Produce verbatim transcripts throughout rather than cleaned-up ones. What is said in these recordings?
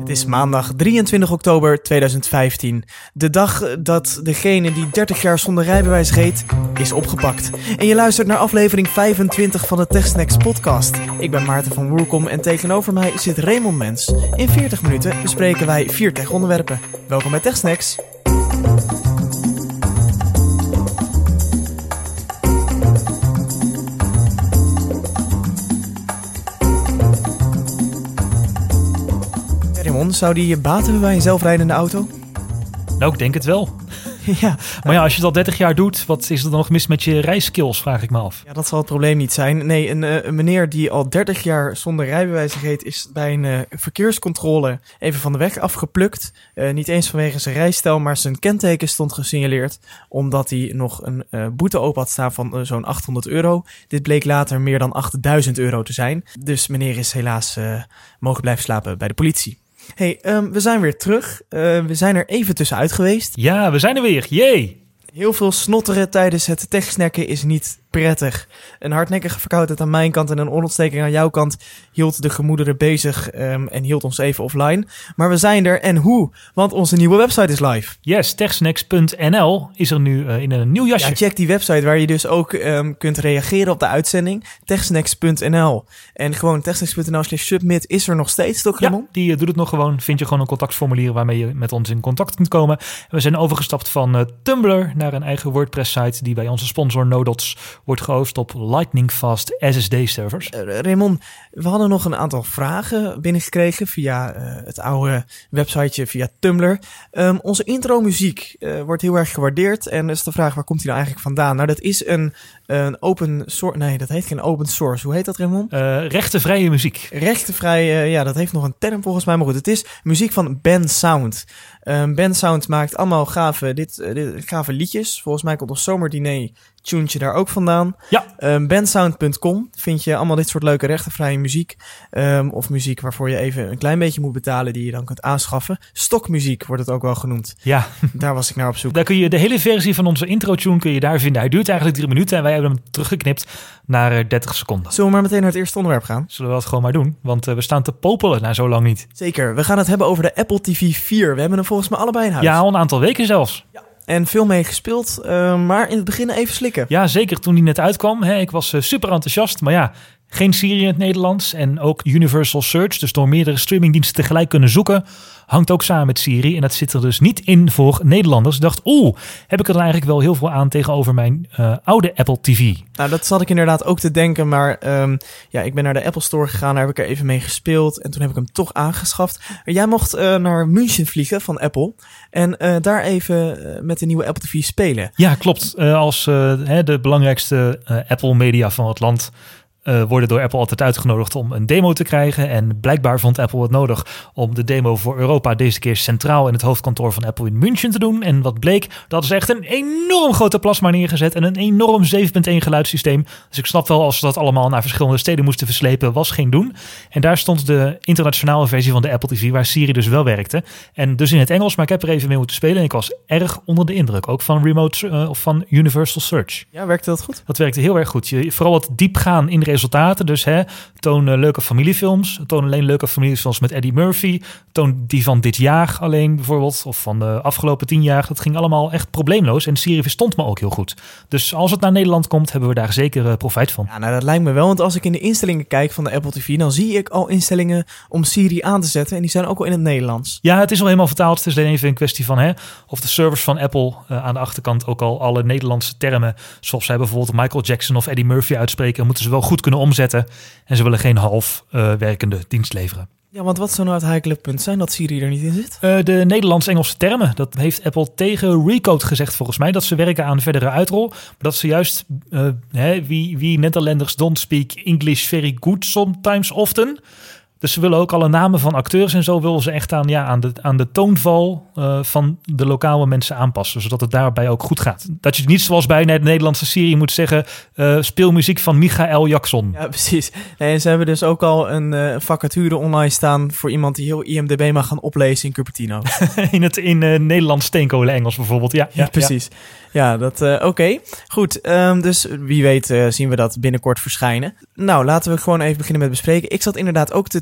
Het is maandag drieëntwintig oktober tweeduizend vijftien. De dag dat degene die dertig jaar zonder rijbewijs reed, is opgepakt. En je luistert naar aflevering vijfentwintig van de TechSnacks podcast. Ik ben Maarten van Woerkom en tegenover mij zit Raymond Mens. In veertig minuten bespreken wij vier tech-onderwerpen. Welkom bij TechSnacks. Zou die je baat hebben bij een zelfrijdende auto? Nou, ik denk het wel. Ja. Maar ja, als je het al dertig jaar doet, wat is er dan nog mis met je rijskills, vraag ik me af. Ja, dat zal het probleem niet zijn. Nee, een, uh, een meneer die al dertig jaar zonder rijbewijs reed, is bij een uh, verkeerscontrole even van de weg afgeplukt. Uh, niet eens vanwege zijn rijstijl, maar zijn kenteken stond gesignaleerd, omdat hij nog een uh, boete open had staan van uh, zo'n achthonderd euro. Dit bleek later meer dan achtduizend euro te zijn. Dus meneer is helaas uh, mogen blijven slapen bij de politie. Hey, um, we zijn weer terug. Uh, we zijn er even tussenuit geweest. Ja, we zijn er weer. Jee! Heel veel snotteren tijdens het techsnacken is niet prettig. Een hardnekkige verkoudheid aan mijn kant en een oorontsteking aan jouw kant hield de gemoederen bezig um, en hield ons even offline. Maar we zijn er en hoe? Want onze nieuwe website is live. Yes, techsnacks punt n l is er nu uh, in een nieuw jasje. Ja, check die website waar je dus ook um, kunt reageren op de uitzending. techsnacks punt n l. En gewoon techsnacks punt n l slash submit is er nog steeds, toch Ramon? Ja, die uh, doet het nog gewoon. Vind je gewoon een contactformulier waarmee je met ons in contact kunt komen. We zijn overgestapt van uh, Tumblr naar een eigen WordPress-site die bij onze sponsor Nodots wordt gehost op lightning fast S S D-servers. Uh, Raymond, we hadden nog een aantal vragen binnengekregen via uh, het oude websiteje, via Tumblr. Um, onze intro-muziek uh, wordt heel erg gewaardeerd. En dus de vraag, waar komt die nou eigenlijk vandaan? Nou, dat is een, een open source... Nee, dat heet geen open source. Hoe heet dat, Raymond? Uh, rechtenvrije muziek. Rechtenvrije, uh, ja, dat heeft nog een term volgens mij. Maar goed, het is muziek van Bensound. Um, Bensound maakt allemaal gave, dit, uh, dit, gave liedjes. Volgens mij komt ons Zomerdiner tuentje daar ook vandaan. Ja. Um, bensound punt com vind je allemaal dit soort leuke rechtenvrije muziek. Um, of muziek waarvoor je even een klein beetje moet betalen die je dan kunt aanschaffen. Stokmuziek wordt het ook wel genoemd. Ja. Daar was ik naar op zoek. Daar kun je de hele versie van onze intro-tune kun je daar vinden. Hij duurt eigenlijk drie minuten en wij hebben hem teruggeknipt naar dertig seconden. Zullen we maar meteen naar het eerste onderwerp gaan? Zullen we dat gewoon maar doen? Want uh, we staan te popelen na zo lang niet. Zeker. We gaan het hebben over de Apple T V vier. We hebben hem volgens mij allebei in huis. Ja, al een aantal weken zelfs. Ja. En veel mee gespeeld, uh, maar in het begin even slikken. Ja, zeker toen die net uitkwam. Hè, ik was uh, super enthousiast, maar ja, geen Siri in het Nederlands en ook Universal Search, dus door meerdere streamingdiensten tegelijk kunnen zoeken, hangt ook samen met Siri. En dat zit er dus niet in voor Nederlanders. Ik dacht, oeh, heb ik er dan eigenlijk wel heel veel aan tegenover mijn uh, oude Apple T V. Nou, dat zat ik inderdaad ook te denken, maar um, ja, ik ben naar de Apple Store gegaan, daar heb ik er even mee gespeeld en toen heb ik hem toch aangeschaft. Jij mocht uh, naar München vliegen van Apple en uh, daar even uh, met de nieuwe Apple T V spelen. Ja, klopt. Uh, als uh, hè, de belangrijkste uh, Apple media van het land Uh, worden door Apple altijd uitgenodigd om een demo te krijgen. En blijkbaar vond Apple het nodig om de demo voor Europa deze keer centraal in het hoofdkantoor van Apple in München te doen. En wat bleek, dat is echt een enorm grote plasma neergezet en een enorm zeven punt één geluidssysteem. Dus ik snap wel, als ze dat allemaal naar verschillende steden moesten verslepen, was geen doen. En daar stond de internationale versie van de Apple T V, waar Siri dus wel werkte. En dus in het Engels, maar ik heb er even mee moeten spelen en ik was erg onder de indruk. Ook van Remote uh, of van Universal Search. Ja, werkte dat goed? Dat werkte heel erg goed. Je, vooral het diepgaan in resultaten. Dus hè, toon uh, leuke familiefilms. Toon alleen leuke familiefilms met Eddie Murphy. Toon die van dit jaar alleen bijvoorbeeld. Of van de afgelopen tien jaar. Dat ging allemaal echt probleemloos. En Siri verstond me ook heel goed. Dus als het naar Nederland komt, hebben we daar zeker uh, profijt van. Ja, nou dat lijkt me wel. Want als ik in de instellingen kijk van de Apple T V, dan zie ik al instellingen om Siri aan te zetten. En die zijn ook al in het Nederlands. Ja, het is al helemaal vertaald. Het is alleen even een kwestie van hè, of de servers van Apple uh, aan de achterkant ook al alle Nederlandse termen, zoals zij bijvoorbeeld Michael Jackson of Eddie Murphy uitspreken, moeten ze wel goed kunnen omzetten. En ze willen geen half uh, werkende dienst leveren. Ja, want wat zou nou het heikele punt zijn dat Siri er niet in zit? Uh, de Nederlands-Engelse termen. Dat heeft Apple tegen Recode gezegd volgens mij. Dat ze werken aan verdere uitrol. Maar dat ze juist, uh, hè, we, we Netherlanders don't speak English very good sometimes often. Dus ze willen ook alle namen van acteurs en zo willen ze echt aan, ja, aan, de, aan de toonval uh, van de lokale mensen aanpassen. Zodat het daarbij ook goed gaat. Dat je niet zoals bij de Nederlandse Siri moet zeggen, uh, speel muziek van Michael Jackson. Ja, precies. Nee, en ze hebben dus ook al een uh, vacature online staan voor iemand die heel I M D B mag gaan oplezen in Cupertino. in het in uh, Nederlands steenkolen Engels bijvoorbeeld. Ja, ja, ja precies. Ja. Ja, dat uh, oké. Okay. Goed, um, dus wie weet uh, zien we dat binnenkort verschijnen. Nou, laten we gewoon even beginnen met bespreken. Ik zat inderdaad ook te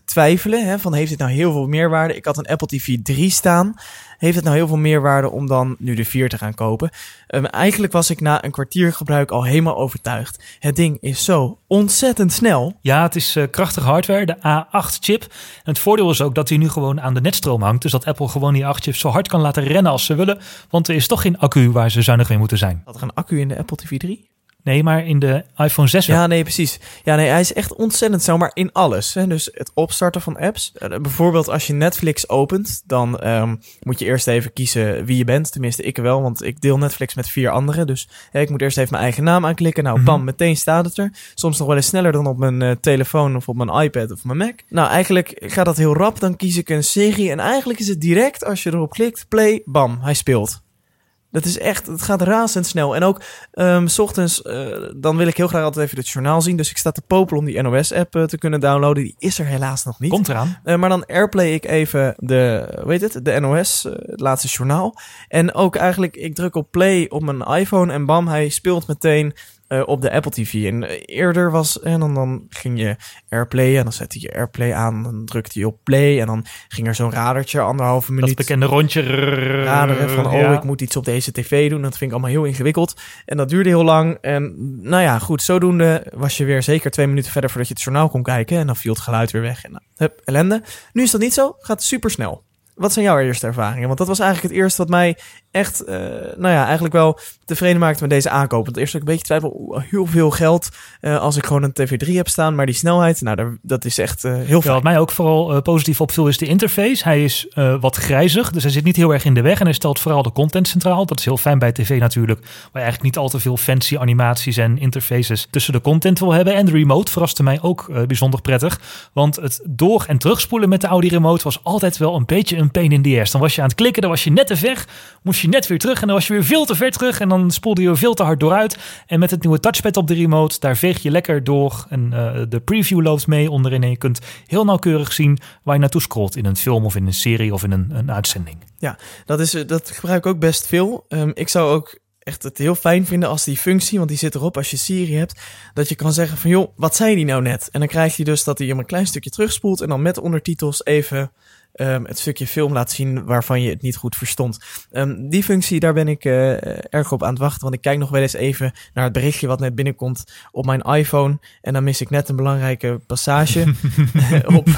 twijfelen. Hè, van heeft dit nou heel veel meerwaarde? Ik had een Apple T V drie staan. Heeft het nou heel veel meerwaarde om dan nu de vier te gaan kopen? Um, eigenlijk was ik na een kwartier gebruik al helemaal overtuigd. Het ding is zo ontzettend snel. Ja, het is uh, krachtige hardware, de A acht chip. En het voordeel is ook dat hij nu gewoon aan de netstroom hangt. Dus dat Apple gewoon die acht chips zo hard kan laten rennen als ze willen. Want er is toch geen accu waar ze zuinig mee moeten zijn. Had er een accu in de Apple T V drie? Nee, maar in de iPhone zes. Ja, nee, precies. Ja, nee, hij is echt ontzettend snel, maar in alles. Hè? Dus het opstarten van apps. Uh, bijvoorbeeld als je Netflix opent, dan um, moet je eerst even kiezen wie je bent. Tenminste, ik wel, want ik deel Netflix met vier anderen. Dus hè, ik moet eerst even mijn eigen naam aanklikken. Nou, bam, mm-hmm. meteen staat het er. Soms nog wel eens sneller dan op mijn uh, telefoon of op mijn iPad of mijn Mac. Nou, eigenlijk gaat dat heel rap. Dan kies ik een serie en eigenlijk is het direct, als je erop klikt, play, bam, hij speelt. Dat is echt, het gaat razendsnel. En ook, um, 's ochtends, uh, dan wil ik heel graag altijd even het journaal zien. Dus ik sta te popelen om die N O S-app uh, te kunnen downloaden. Die is er helaas nog niet. Komt eraan. Uh, maar dan airplay ik even de, weet het, de N O S, uh, het laatste journaal. En ook eigenlijk, ik druk op play op mijn iPhone en bam, hij speelt meteen Uh, op de Apple T V. En uh, eerder was, en dan, dan ging je airplay en dan zette je airplay aan, dan drukte je op play en dan ging er zo'n radertje, anderhalve minuut. Dat bekende rondje. Raderen van, oh, ja. ik moet iets op deze tv doen. Dat vind ik allemaal heel ingewikkeld. En dat duurde heel lang. En nou ja, goed, zodoende was je weer zeker twee minuten verder voordat je het journaal kon kijken. En dan viel het geluid weer weg. En dan, hup, ellende. Nu is dat niet zo. Gaat super snel. Wat zijn jouw eerste ervaringen? Want dat was eigenlijk het eerste wat mij echt, uh, nou ja, eigenlijk wel tevreden maakte met deze aankoop. Want eerst had ik een beetje twijfel, heel veel geld uh, als ik gewoon een T V drie heb staan. Maar die snelheid, nou, daar, dat is echt uh, heel fijn. Ja, wat mij ook vooral uh, positief opviel is de interface. Hij is uh, wat grijzig, dus hij zit niet heel erg in de weg. En hij stelt vooral de content centraal. Dat is heel fijn bij tv natuurlijk. Waar je eigenlijk niet al te veel fancy animaties en interfaces tussen de content wil hebben. En de remote verraste mij ook uh, bijzonder prettig. Want het door- en terugspoelen met de Audi remote was altijd wel een beetje een pain in the ass. Dan was je aan het klikken, dan was je net te ver, moest je net weer terug en dan was je weer veel te ver terug en dan spoelde je veel te hard dooruit. En met het nieuwe touchpad op de remote, daar veeg je lekker door en uh, de preview loopt mee onderin en je kunt heel nauwkeurig zien waar je naartoe scrolt in een film of in een serie of in een, een uitzending. Ja, dat, is, dat gebruik ik ook best veel. Um, ik zou ook echt het heel fijn vinden als die functie, want die zit erop als je Siri hebt, dat je kan zeggen van joh, wat zei die nou net? En dan krijg je dus dat hij hem een klein stukje terugspoelt en dan met ondertitels even Um, het stukje film laat zien waarvan je het niet goed verstond. Um, die functie, daar ben ik uh, erg op aan het wachten. Want ik kijk nog wel eens even naar het berichtje wat net binnenkomt op mijn iPhone. En dan mis ik net een belangrijke passage op,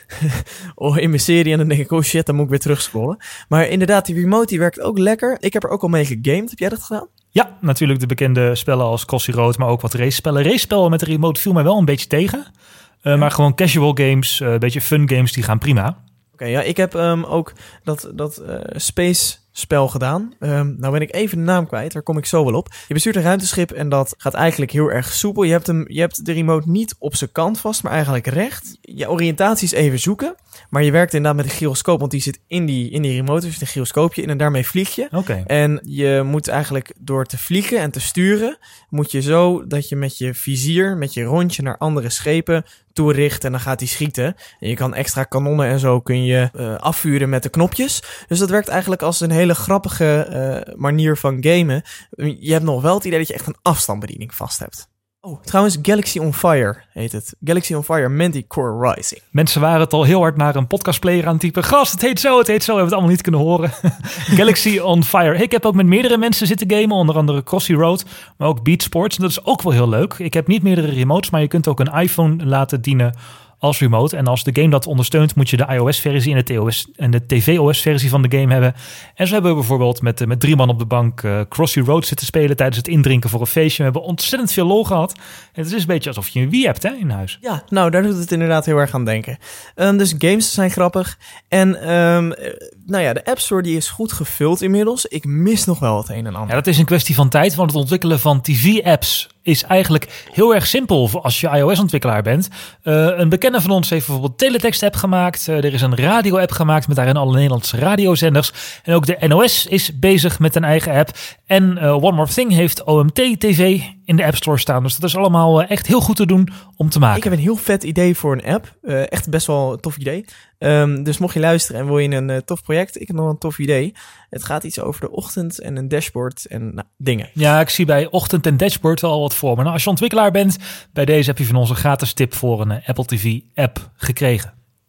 in mijn serie. En dan denk ik, oh shit, dan moet ik weer terugscrollen. Maar inderdaad, die remote die werkt ook lekker. Ik heb er ook al mee gegamed. Heb jij dat gedaan? Ja, natuurlijk de bekende spellen als Crossy Road, maar ook wat race-spellen. Race-spellen met de remote viel mij wel een beetje tegen. Uh, ja. Maar gewoon casual games, een uh, beetje fun games, die gaan prima. Oké, okay, ja, ik heb um, ook dat, dat uh, space spel gedaan. Um, nou ben ik even de naam kwijt, daar kom ik zo wel op. Je bestuurt een ruimteschip en dat gaat eigenlijk heel erg soepel. Je hebt, hem, je hebt de remote niet op zijn kant vast, maar eigenlijk recht. Je oriëntatie is even zoeken, maar je werkt inderdaad met een gyroscoop, want die zit in die, in die remote, dus een gyroscoopje in en daarmee vlieg je. Okay. En je moet eigenlijk door te vliegen en te sturen, moet je zo dat je met je vizier, met je rondje naar andere schepen toericht en dan gaat hij schieten. En je kan extra kanonnen en zo kun je uh, afvuren met de knopjes. Dus dat werkt eigenlijk als een hele grappige uh, manier van gamen. Je hebt nog wel het idee dat je echt een afstandsbediening vast hebt. Oh, trouwens, Galaxy on Fire heet het. Galaxy on Fire Manticore Rising. Mensen waren het al heel hard naar een podcastplayer aan het typen. Gast, het heet zo, het heet zo. We hebben het allemaal niet kunnen horen. Galaxy on Fire. Ik heb ook met meerdere mensen zitten gamen. Onder andere Crossy Road, maar ook Beat Sports. En dat is ook wel heel leuk. Ik heb niet meerdere remotes, maar je kunt ook een iPhone laten dienen als remote. En als de game dat ondersteunt, moet je de iOS-versie en de, T O S en de tvOS-versie van de game hebben. En zo hebben we bijvoorbeeld met, met drie man op de bank uh, Crossy Road zitten spelen tijdens het indrinken voor een feestje. We hebben ontzettend veel lol gehad. En het is een beetje alsof je een Wii hebt, hè, in huis. Ja, nou, daar doet het inderdaad heel erg aan denken. Um, dus games zijn grappig. En um, nou ja, de App Store die is goed gevuld inmiddels. Ik mis nog wel het een en ander. Ja, dat is een kwestie van tijd, want het ontwikkelen van T V-apps is eigenlijk heel erg simpel als je iOS-ontwikkelaar bent. Uh, een bekende van ons heeft bijvoorbeeld een teletext-app gemaakt. Uh, er is een radio-app gemaakt met daarin alle Nederlandse radiozenders. En ook de N O S is bezig met een eigen app. En uh, One More Thing heeft O M T-T V in de App Store staan. Dus dat is allemaal uh, echt heel goed te doen om te maken. Ik heb een heel vet idee voor een app. Uh, echt best wel een tof idee. Um, dus mocht je luisteren en wil je een uh, tof project, ik heb nog een tof idee. Het gaat iets over de ochtend en een dashboard en nou, dingen. Ja, ik zie bij ochtend en dashboard wel wat voor me. Nou, als je ontwikkelaar bent, bij deze heb je van ons een gratis tip voor een uh, Apple T V app gekregen.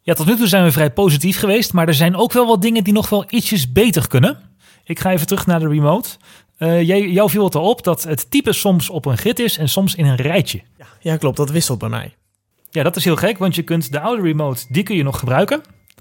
Ja, tot nu toe zijn we vrij positief geweest, maar er zijn ook wel wat dingen die nog wel ietsjes beter kunnen. Ik ga even terug naar de remote. Uh, jij, jou viel het erop dat het type soms op een grid is en soms in een rijtje. Ja, ja, klopt. Dat wisselt bij mij. Ja, dat is heel gek, want je kunt de oude remote, die kun je nog gebruiken.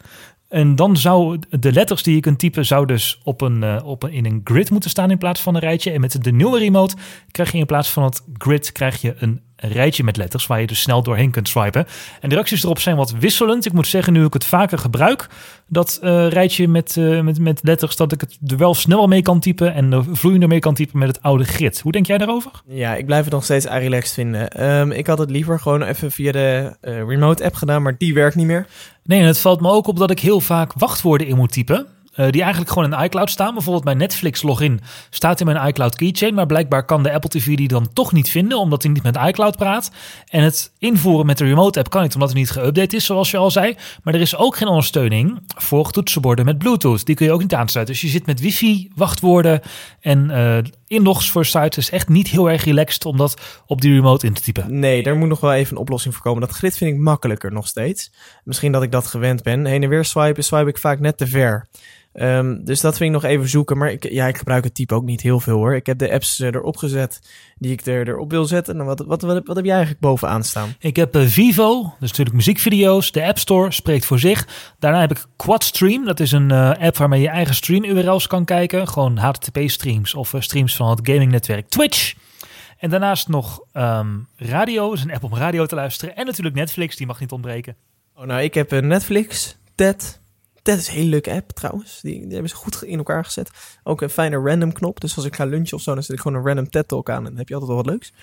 En dan zou de letters die je kunt typen, zou dus op een, uh, op een, in een grid moeten staan in plaats van een rijtje. En met de nieuwe remote krijg je in plaats van het grid krijg je een rijtje met letters waar je dus snel doorheen kunt swipen. En de reacties erop zijn wat wisselend. Ik moet zeggen, nu ik het vaker gebruik, dat uh, rijtje met, uh, met, met letters, dat ik het er wel sneller mee kan typen en uh, vloeiender mee kan typen met het oude grid. Hoe denk jij daarover? Ja, ik blijf het nog steeds relaxed vinden. Um, ik had het liever gewoon even via de uh, remote app gedaan, maar die werkt niet meer. Nee, en het valt me ook op dat ik heel vaak wachtwoorden in moet typen. Uh, die eigenlijk gewoon in iCloud staan. Bijvoorbeeld mijn Netflix login staat in mijn iCloud keychain. Maar blijkbaar kan de Apple T V die dan toch niet vinden, omdat hij niet met iCloud praat. En het invoeren met de remote app kan niet, omdat hij niet geüpdate is, zoals je al zei. Maar er is ook geen ondersteuning voor toetsenborden met Bluetooth. Die kun je ook niet aansluiten. Dus je zit met wifi, wachtwoorden en uh, inlogs voor sites. is echt niet heel erg relaxed om dat op die remote in te typen. Nee, daar moet nog wel even een oplossing voor komen. Dat grid vind ik makkelijker nog steeds. Misschien dat ik dat gewend ben. Heen en weer swipen, swipe ik vaak net te ver. Um, dus dat vind ik nog even zoeken. Maar ik, ja, ik gebruik het type ook niet heel veel hoor. Ik heb de apps uh, erop gezet die ik er, erop wil zetten. Nou, wat, wat, wat, wat heb jij eigenlijk bovenaan staan? Ik heb uh, Vivo, dus natuurlijk muziekvideo's. De App Store spreekt voor zich. Daarna heb ik Quadstream. Dat is een uh, app waarmee je eigen stream-U R L's kan kijken. Gewoon H T T P-streams of uh, streams van het gamingnetwerk Twitch. En daarnaast nog um, radio, dus een app om radio te luisteren. En natuurlijk Netflix, die mag niet ontbreken. Oh, nou, ik heb uh, Netflix, T E D... Dat is een hele leuke app trouwens. Die, die hebben ze goed in elkaar gezet. Ook een fijne random knop. Dus als ik ga lunchen of zo, dan zet ik gewoon een random TED Talk aan. En dan heb je altijd wel wat leuks.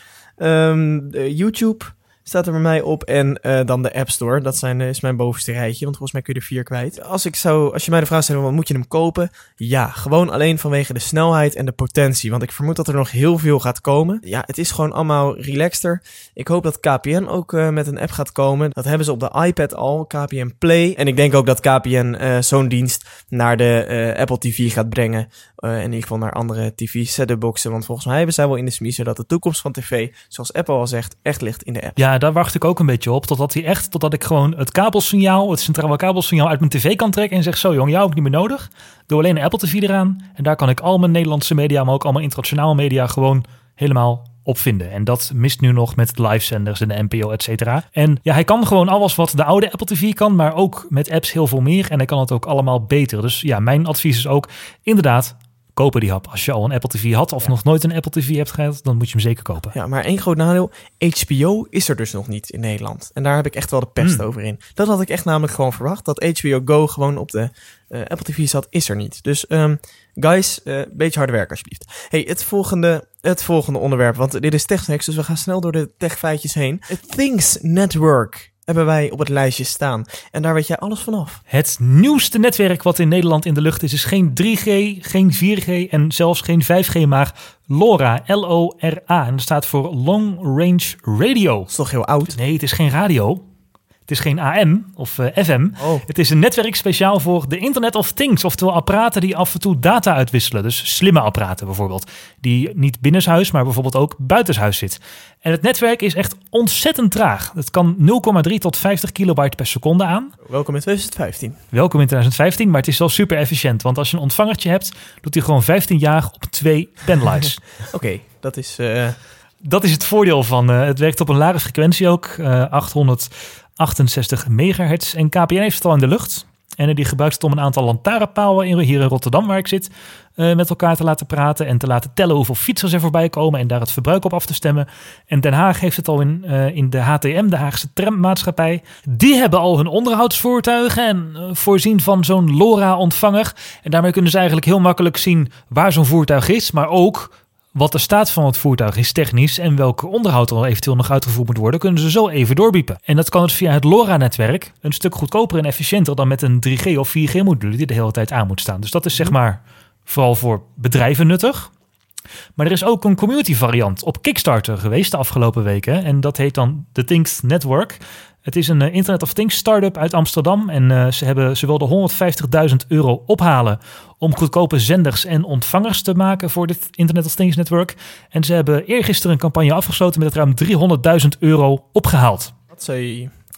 Um, YouTube staat er bij mij op. En uh, dan de App Store. Dat zijn, uh, is mijn bovenste rijtje. Want volgens mij kun je er vier kwijt. Als, ik zou, als je mij de vraag stelt, wat moet je hem kopen? Ja, gewoon alleen vanwege de snelheid en de potentie. Want ik vermoed dat er nog heel veel gaat komen. Ja, het is gewoon allemaal relaxter. Ik hoop dat K P N ook uh, met een app gaat komen. Dat hebben ze op de iPad al, K P N Play. En ik denk ook dat K P N uh, zo'n dienst naar de uh, Apple T V gaat brengen. Uh, in ieder geval naar andere T V set-up-boxen. Want volgens mij hebben zij wel in de smiezen dat de toekomst van tv, zoals Apple al zegt, echt ligt in de app. Ja, daar wacht ik ook een beetje op. Totdat hij echt, totdat ik gewoon het kabelsignaal, het centrale kabelsignaal uit mijn tv kan trekken en zeg, zo jong, jou heb ik niet meer nodig. Doe alleen een Apple T V eraan. En daar kan ik al mijn Nederlandse media, maar ook al mijn internationale media gewoon helemaal op vinden. En dat mist nu nog met livezenders en de N P O, et cetera. En ja, hij kan gewoon alles wat de oude Apple T V kan, maar ook met apps heel veel meer. En hij kan het ook allemaal beter. Dus ja, mijn advies is ook inderdaad, kopen die hap. Als je al een Apple T V had of ja. nog nooit een Apple T V hebt gehad, dan moet je hem zeker kopen. Ja, maar één groot nadeel, H B O is er dus nog niet in Nederland. En daar heb ik echt wel de pest hmm. over in. Dat had ik echt namelijk gewoon verwacht. Dat H B O Go gewoon op de uh, Apple T V zat, is er niet. Dus um, guys, een uh, beetje harde werk alsjeblieft. Hey, het volgende, het volgende onderwerp, want dit is TechSnacks, dus we gaan snel door de techfeitjes heen. Het Things Network hebben wij op het lijstje staan. En daar weet jij alles vanaf. Het nieuwste netwerk wat in Nederland in de lucht is, is geen drie G, geen vier G en zelfs geen vijf G, maar LoRa, L O R A. En dat staat voor Long Range Radio. Dat is toch heel oud? Nee, het is geen radio. Het is geen A M of uh, F M. Oh. Het is een netwerk speciaal voor de Internet of Things. Oftewel apparaten die af en toe data uitwisselen. Dus slimme apparaten bijvoorbeeld. Die niet binnenshuis, maar bijvoorbeeld ook buitenshuis zit. En het netwerk is echt ontzettend traag. Het kan nul komma drie tot vijftig kilobyte per seconde aan. Welkom in twintig vijftien. Welkom in twintig vijftien, maar het is wel super efficiënt. Want als je een ontvangertje hebt, doet hij gewoon vijftien jaar op twee penlights. Oké, okay, dat is... Uh... Dat is het voordeel van... Uh, het werkt op een lage frequentie ook. Uh, achthonderdachtenzestig megahertz. En K P N heeft het al in de lucht. En die gebruikt het om een aantal lantaarnpalen in, hier in Rotterdam, waar ik zit, uh, met elkaar te laten praten en te laten tellen hoeveel fietsers er voorbij komen en daar het verbruik op af te stemmen. En Den Haag heeft het al in, uh, in de H T M, de Haagse trammaatschappij. Die hebben al hun onderhoudsvoertuigen en uh, voorzien van zo'n LoRa-ontvanger. En daarmee kunnen ze eigenlijk heel makkelijk zien waar zo'n voertuig is, maar ook wat de staat van het voertuig is technisch en welke onderhoud er eventueel nog uitgevoerd moet worden, kunnen ze zo even doorbiepen. En dat kan dus via het LoRa-netwerk een stuk goedkoper en efficiënter dan met een drie G of vier G-module die de hele tijd aan moet staan. Dus dat is zeg maar vooral voor bedrijven nuttig. Maar er is ook een community variant op Kickstarter geweest de afgelopen weken. En dat heet dan The Things Network. Het is een uh, Internet of Things start-up uit Amsterdam. En uh, ze, hebben, ze wilden honderdvijftigduizend euro ophalen om goedkope zenders en ontvangers te maken voor dit Internet of Things netwerk. En ze hebben eergisteren een campagne afgesloten met het ruim driehonderdduizend euro opgehaald. Wat zei je?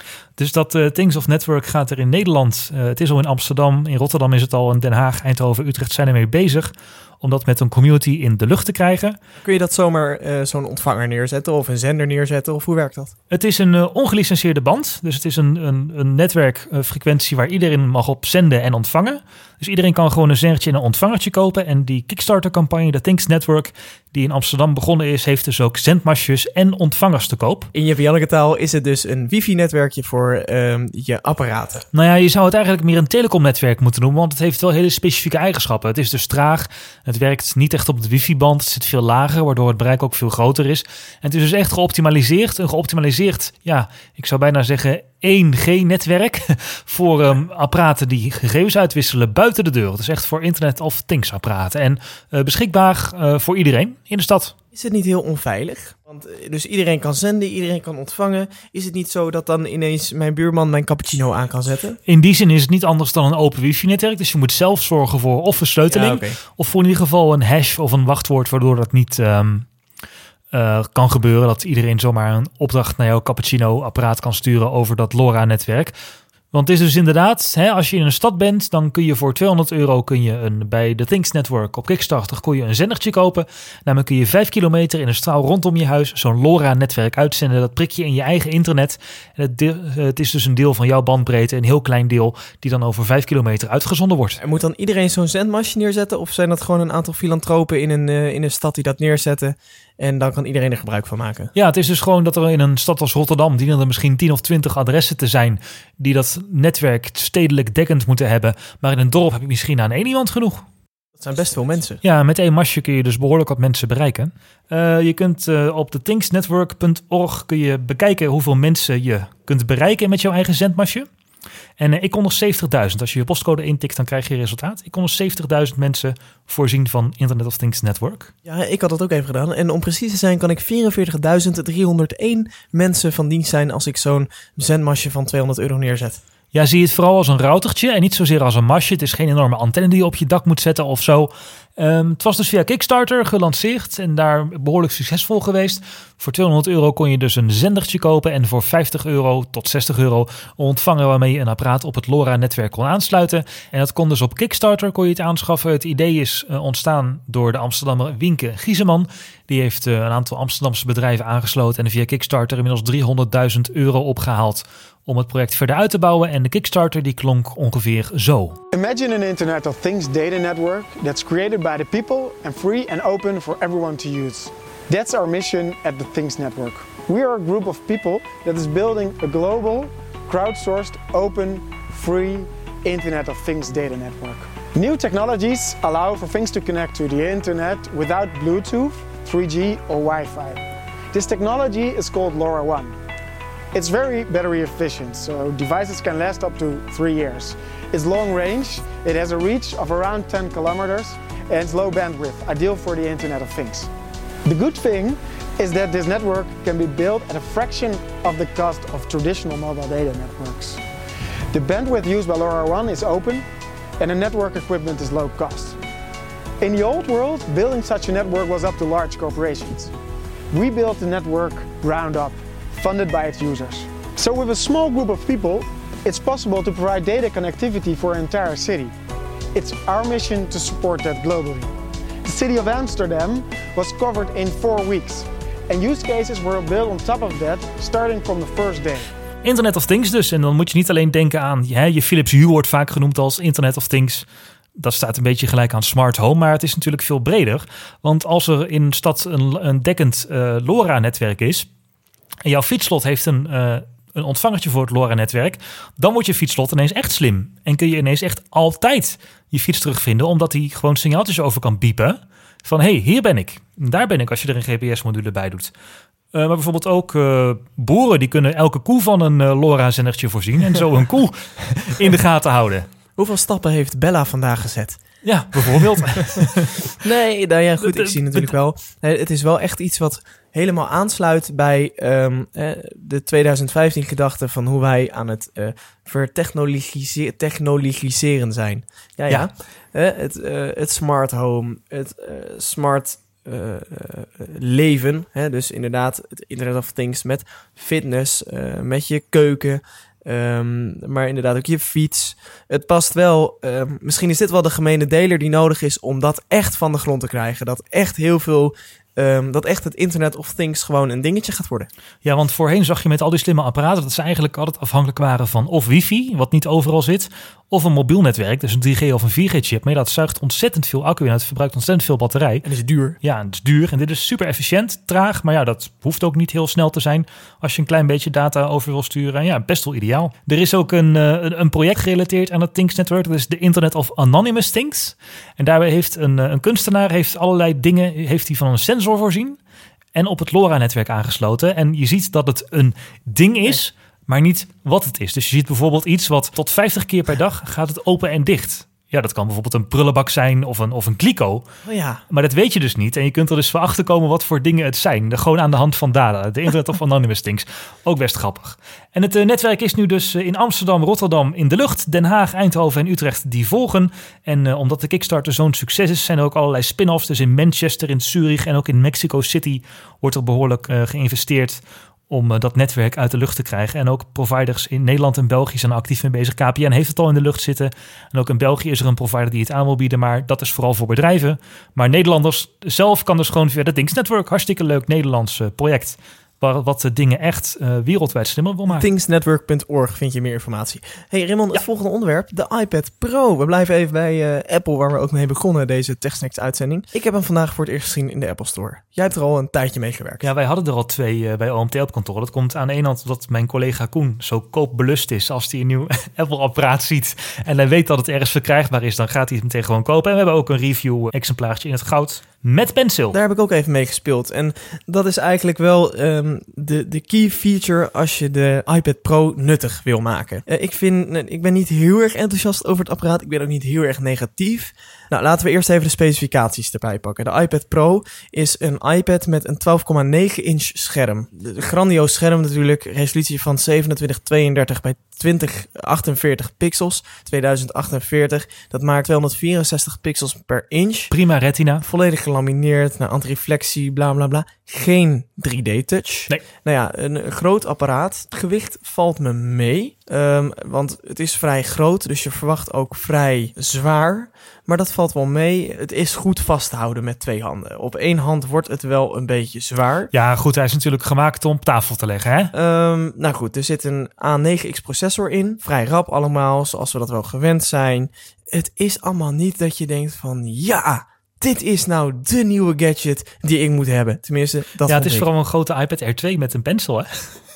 Dus dat uh, Things of Network gaat er in Nederland. Uh, het is al in Amsterdam, in Rotterdam is het al, in Den Haag, Eindhoven, Utrecht zijn ermee bezig om dat met een community in de lucht te krijgen. Kun je dat zomaar uh, zo'n ontvanger neerzetten of een zender neerzetten of hoe werkt dat? Het is een uh, ongelicenseerde band, dus het is een, een, een netwerkfrequentie waar iedereen mag op zenden en ontvangen. Dus iedereen kan gewoon een zendertje en een ontvangertje kopen. En die Kickstarter-campagne, de Things Network, die in Amsterdam begonnen is, heeft dus ook zendmastjes en ontvangers te koop. In je Janneke taal is het dus een wifi-netwerkje voor um, je apparaten. Nou ja, je zou het eigenlijk meer een telecomnetwerk moeten noemen, want het heeft wel hele specifieke eigenschappen. Het is dus traag, het werkt niet echt op de wifi-band, het zit veel lager, waardoor het bereik ook veel groter is. En het is dus echt geoptimaliseerd, een geoptimaliseerd, ja, ik zou bijna zeggen één G-netwerk voor um, apparaten die gegevens uitwisselen buiten de deur. Het is echt voor Internet of Things apparaten en uh, beschikbaar uh, voor iedereen in de stad. Is het niet heel onveilig? Want dus iedereen kan zenden, iedereen kan ontvangen. Is het niet zo dat dan ineens mijn buurman mijn cappuccino aan kan zetten? In die zin is het niet anders dan een open wifi-netwerk. Dus je moet zelf zorgen voor of versleuteling, ja, okay. of voor in ieder geval een hash of een wachtwoord, waardoor dat niet um, uh, kan gebeuren. Dat iedereen zomaar een opdracht naar jouw cappuccino-apparaat kan sturen over dat LoRa-netwerk. Want het is dus inderdaad, hè, als je in een stad bent, dan kun je voor tweehonderd euro kun je een, bij de Things Network op Kickstarter kon je een zendertje kopen. Daarmee kun je vijf kilometer in een straal rondom je huis zo'n LoRa-netwerk uitzenden. Dat prik je in je eigen internet. En het, de, het is dus een deel van jouw bandbreedte, een heel klein deel, die dan over vijf kilometer uitgezonden wordt. En moet dan iedereen zo'n zendmastje neerzetten? Of zijn dat gewoon een aantal filantropen in een, uh, in een stad die dat neerzetten? En dan kan iedereen er gebruik van maken. Ja, het is dus gewoon dat er in een stad als Rotterdam dienen er misschien tien of twintig adressen te zijn die dat netwerk stedelijk dekkend moeten hebben. Maar in een dorp heb je misschien aan één iemand genoeg. Dat zijn best veel mensen. Ja, met één mastje kun je dus behoorlijk wat mensen bereiken. Uh, je kunt uh, op de things network punt org kun je bekijken hoeveel mensen je kunt bereiken met jouw eigen zendmastje. En uh, ik kon nog zeventigduizend. Als je je postcode intikt, dan krijg je resultaat. Ik kon nog zeventigduizend mensen voorzien van Internet of Things Network. Ja, ik had dat ook even gedaan. En om precies te zijn kan ik vierenveertigduizend driehonderdéén mensen van dienst zijn als ik zo'n zendmastje van tweehonderd euro neerzet. Ja, zie je het vooral als een routertje en niet zozeer als een mastje. Het is geen enorme antenne die je op je dak moet zetten of zo. Um, het was dus via Kickstarter gelanceerd en daar behoorlijk succesvol geweest. Voor tweehonderd euro kon je dus een zendertje kopen en voor vijftig euro tot zestig euro ontvangen waarmee je een apparaat op het LoRa-netwerk kon aansluiten. En dat kon dus op Kickstarter, kon je het aanschaffen. Het idee is uh, ontstaan door de Amsterdammer Wienke Gieseman. Die heeft uh, een aantal Amsterdamse bedrijven aangesloten en via Kickstarter inmiddels driehonderdduizend euro opgehaald om het project verder uit te bouwen. En de Kickstarter die klonk ongeveer zo. Imagine an Internet of Things data network that's created by the people and free and open for everyone to use. That's our mission at the Things Network. We are a group of people that is building a global, crowdsourced, open, free Internet of Things data network. New technologies allow for things to connect to the internet without Bluetooth, three G or Wi-Fi. This technology is called LoRaWAN. It's very battery efficient, so devices can last up to three years. It's long range, it has a reach of around ten kilometers, and it's low bandwidth, ideal for the Internet of Things. The good thing is that this network can be built at a fraction of the cost of traditional mobile data networks. The bandwidth used by LoRaWAN is open, and the network equipment is low cost. In the old world, building such a network was up to large corporations. We built the network ground up, funded by its users. So with a small group of people, it's possible to provide data connectivity for an entire city. It's our mission to support that globally. The city of Amsterdam was covered in four weeks. And use cases were built on top of that, starting from the first day. Internet of Things dus. En dan moet je niet alleen denken aan, hè, je Philips Hue wordt vaak genoemd als Internet of Things. Dat staat een beetje gelijk aan smart home, maar het is natuurlijk veel breder. Want als er in een stad een, een dekkend uh, LoRa-netwerk is en jouw fietsslot heeft een, uh, een ontvangertje voor het LoRa-netwerk, dan wordt je fietsslot ineens echt slim. En kun je ineens echt altijd je fiets terugvinden, omdat hij gewoon signaaltjes over kan piepen van hé, hey, hier ben ik. Daar ben ik als je er een G P S-module bij doet. Uh, maar bijvoorbeeld ook uh, boeren, die kunnen elke koe van een uh, LoRa-zendertje voorzien en zo een koe in de gaten houden. Hoeveel stappen heeft Bella vandaag gezet? Ja, bijvoorbeeld. nee, nou ja, goed, ik zie natuurlijk wel. Het is wel echt iets wat helemaal aansluit bij um, eh, de twintig vijftien gedachte van hoe wij aan het uh, vertechnologise- technologiseren zijn. Ja, ja. ja. Uh, het, uh, het smart home, het uh, smart uh, uh, leven. Hè? Dus inderdaad het Internet of Things met fitness, uh, met je keuken... Um, maar inderdaad ook je fiets. Het past wel. Um, misschien is dit wel de gemene deler die nodig is om dat echt van de grond te krijgen. Dat echt heel veel... Um, dat echt het Internet of Things gewoon een dingetje gaat worden. Ja, want voorheen zag je met al die slimme apparaten dat ze eigenlijk altijd afhankelijk waren van of wifi, wat niet overal zit, of een mobiel netwerk, dus een drie G of een vier G chip. Maar dat zuigt ontzettend veel accu in, het verbruikt ontzettend veel batterij. En is duur. Ja, het is duur en dit is super efficiënt, traag, maar ja, dat hoeft ook niet heel snel te zijn als je een klein beetje data over wil sturen. Ja, best wel ideaal. Er is ook een, een, een project gerelateerd aan het Things Network, dat is de Internet of Anonymous Things. En daarbij heeft een, een kunstenaar heeft allerlei dingen, heeft hij van een sensor voorzien en op het LoRa-netwerk aangesloten. En je ziet dat het een ding is, maar niet wat het is. Dus je ziet bijvoorbeeld iets wat tot vijftig keer per dag gaat het open en dicht. Ja, dat kan bijvoorbeeld een prullenbak zijn of een, of een kliko. Oh ja. Maar dat weet je dus niet. En je kunt er dus voor achter komen wat voor dingen het zijn. De, gewoon aan de hand van data. De Internet of Anonymous Things. Ook best grappig. En het uh, netwerk is nu dus uh, in Amsterdam, Rotterdam in de lucht. Den Haag, Eindhoven en Utrecht die volgen. En uh, omdat de Kickstarter zo'n succes is, zijn er ook allerlei spin-offs. Dus in Manchester, in Zurich en ook in Mexico City wordt er behoorlijk uh, geïnvesteerd om uh, dat netwerk uit de lucht te krijgen. En ook providers in Nederland en België zijn actief mee bezig. K P N heeft het al in de lucht zitten. En ook in België is er een provider die het aan wil bieden. Maar dat is vooral voor bedrijven. Maar Nederlanders zelf kan dus gewoon via de Things Network. Hartstikke leuk Nederlands uh, project. Wat de dingen echt uh, wereldwijd slimmer wil maken. things network punt org vind je meer informatie. Hey Raymond, ja. Het volgende onderwerp, de iPad Pro. We blijven even bij uh, Apple, waar we ook mee begonnen, deze TechSnacks uitzending. Ik heb hem vandaag voor het eerst gezien in de Apple Store. Jij hebt er al een tijdje mee gewerkt. Ja, wij hadden er al twee uh, bij O M T op kantoor. Dat komt aan de ene kant omdat mijn collega Koen zo koopbelust is als hij een nieuw Apple-apparaat ziet en hij weet dat het ergens verkrijgbaar is, dan gaat hij het meteen gewoon kopen. En we hebben ook een review-exemplaartje in het goud met Pencil. Daar heb ik ook even mee gespeeld. En dat is eigenlijk wel um, de, de key feature als je de iPad Pro nuttig wil maken. Uh, ik, vind, uh, ik ben niet heel erg enthousiast over het apparaat. Ik ben ook niet heel erg negatief. Nou, laten we eerst even de specificaties erbij pakken. De iPad Pro is een iPad met een twaalf komma negen inch scherm. De grandioos scherm natuurlijk. Resolutie van zevenentwintig tweeëndertig bij twintig achtenveertig pixels. tweeduizend achtenveertig. Dat maakt tweehonderdvierenzestig pixels per inch. Prima retina. Volledig gelamineerd, naar antireflectie, bla bla bla. Geen drie D touch. Nee. Nou ja, een, een groot apparaat. Het gewicht valt me mee. Um, want het is vrij groot, dus je verwacht ook vrij zwaar. Maar dat valt wel mee. Het is goed vast te houden met twee handen. Op één hand wordt het wel een beetje zwaar. Ja, goed. Hij is natuurlijk gemaakt om op tafel te leggen, hè? Um, nou goed, er zit een A negen X processor in. Vrij rap allemaal, zoals we dat wel gewend zijn. Het is allemaal niet dat je denkt van ja, dit is nou de nieuwe gadget die ik moet hebben. Tenminste, dat Ja, het is ik. vooral een grote iPad Air twee met een pencil, hè?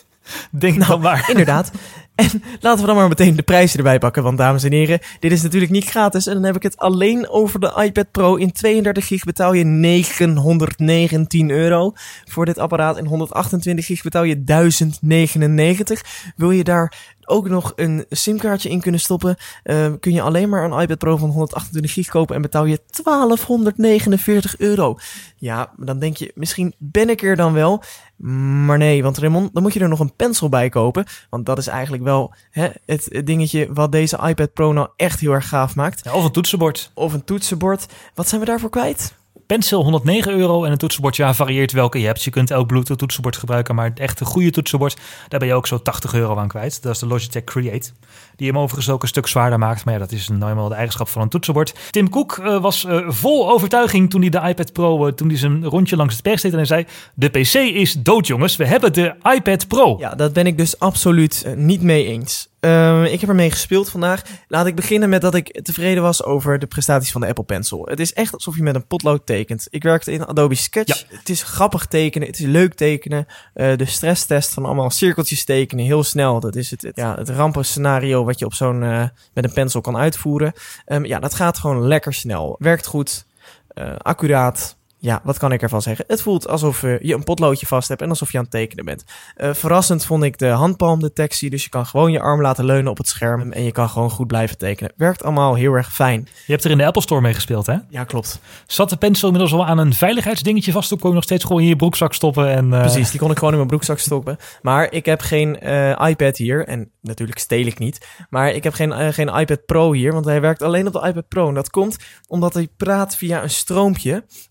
Denk nou, dan maar. Inderdaad. En laten we dan maar meteen de prijzen erbij pakken. Want dames en heren, dit is natuurlijk niet gratis. En dan heb ik het alleen over de iPad Pro. In tweeëndertig gig betaal je negenhonderdnegentien euro voor dit apparaat. En honderdachtentwintig gig betaal je duizend negenennegentig. Wil je daar ook nog een simkaartje in kunnen stoppen, uh, kun je alleen maar een iPad Pro van honderdachtentwintig gig kopen en betaal je twaalfhonderdnegenenveertig euro. Ja, dan denk je, misschien ben ik er dan wel. Maar nee, want Raymond, dan moet je er nog een pencil bij kopen. Want dat is eigenlijk wel hè, het, het dingetje wat deze iPad Pro nou echt heel erg gaaf maakt. Ja, of een toetsenbord. Of een toetsenbord. Wat zijn we daarvoor kwijt? Pencil honderdnegen euro en een toetsenbord, ja, varieert welke je hebt. Je kunt elk Bluetooth toetsenbord gebruiken, maar het echte goede toetsenbord, daar ben je ook zo tachtig euro aan kwijt. Dat is de Logitech Create, die hem overigens ook een stuk zwaarder maakt. Maar ja, dat is nou eenmaal de eigenschap van een toetsenbord. Tim Cook uh, was uh, vol overtuiging toen hij de iPad Pro, uh, toen hij zijn rondje langs het perk deed en hij zei, de P C is dood jongens, we hebben de iPad Pro. Ja, dat ben ik dus absoluut uh, niet mee eens. Uh, ik heb ermee gespeeld vandaag. Laat ik beginnen met dat ik tevreden was over de prestaties van de Apple Pencil. Het is echt alsof je met een potlood tekent. Ik werkte in Adobe Sketch. Ja. Het is grappig tekenen, het is leuk tekenen. Uh, de stresstest van allemaal cirkeltjes tekenen, heel snel. Dat is het, het, ja, het rampenscenario wat je op zo'n uh, met een pencil kan uitvoeren. Um, ja, dat gaat gewoon lekker snel. Werkt goed, uh, accuraat. Ja, wat kan ik ervan zeggen? Het voelt alsof uh, je een potloodje vast hebt en alsof je aan het tekenen bent. Uh, verrassend vond ik de handpalmdetectie. Dus je kan gewoon je arm laten leunen op het scherm en je kan gewoon goed blijven tekenen. Werkt allemaal heel erg fijn. Je hebt er in de Apple Store mee gespeeld, hè? Ja, klopt. Zat de pencil inmiddels al aan een veiligheidsdingetje vast? Toen kon je nog steeds gewoon in je broekzak stoppen? En, uh... Precies, die kon ik gewoon in mijn broekzak stoppen. Maar ik heb geen uh, iPad hier. En natuurlijk steel ik niet. Maar ik heb geen, uh, geen iPad Pro hier, want hij werkt alleen op de iPad Pro. En dat komt omdat hij praat via een stroompje. En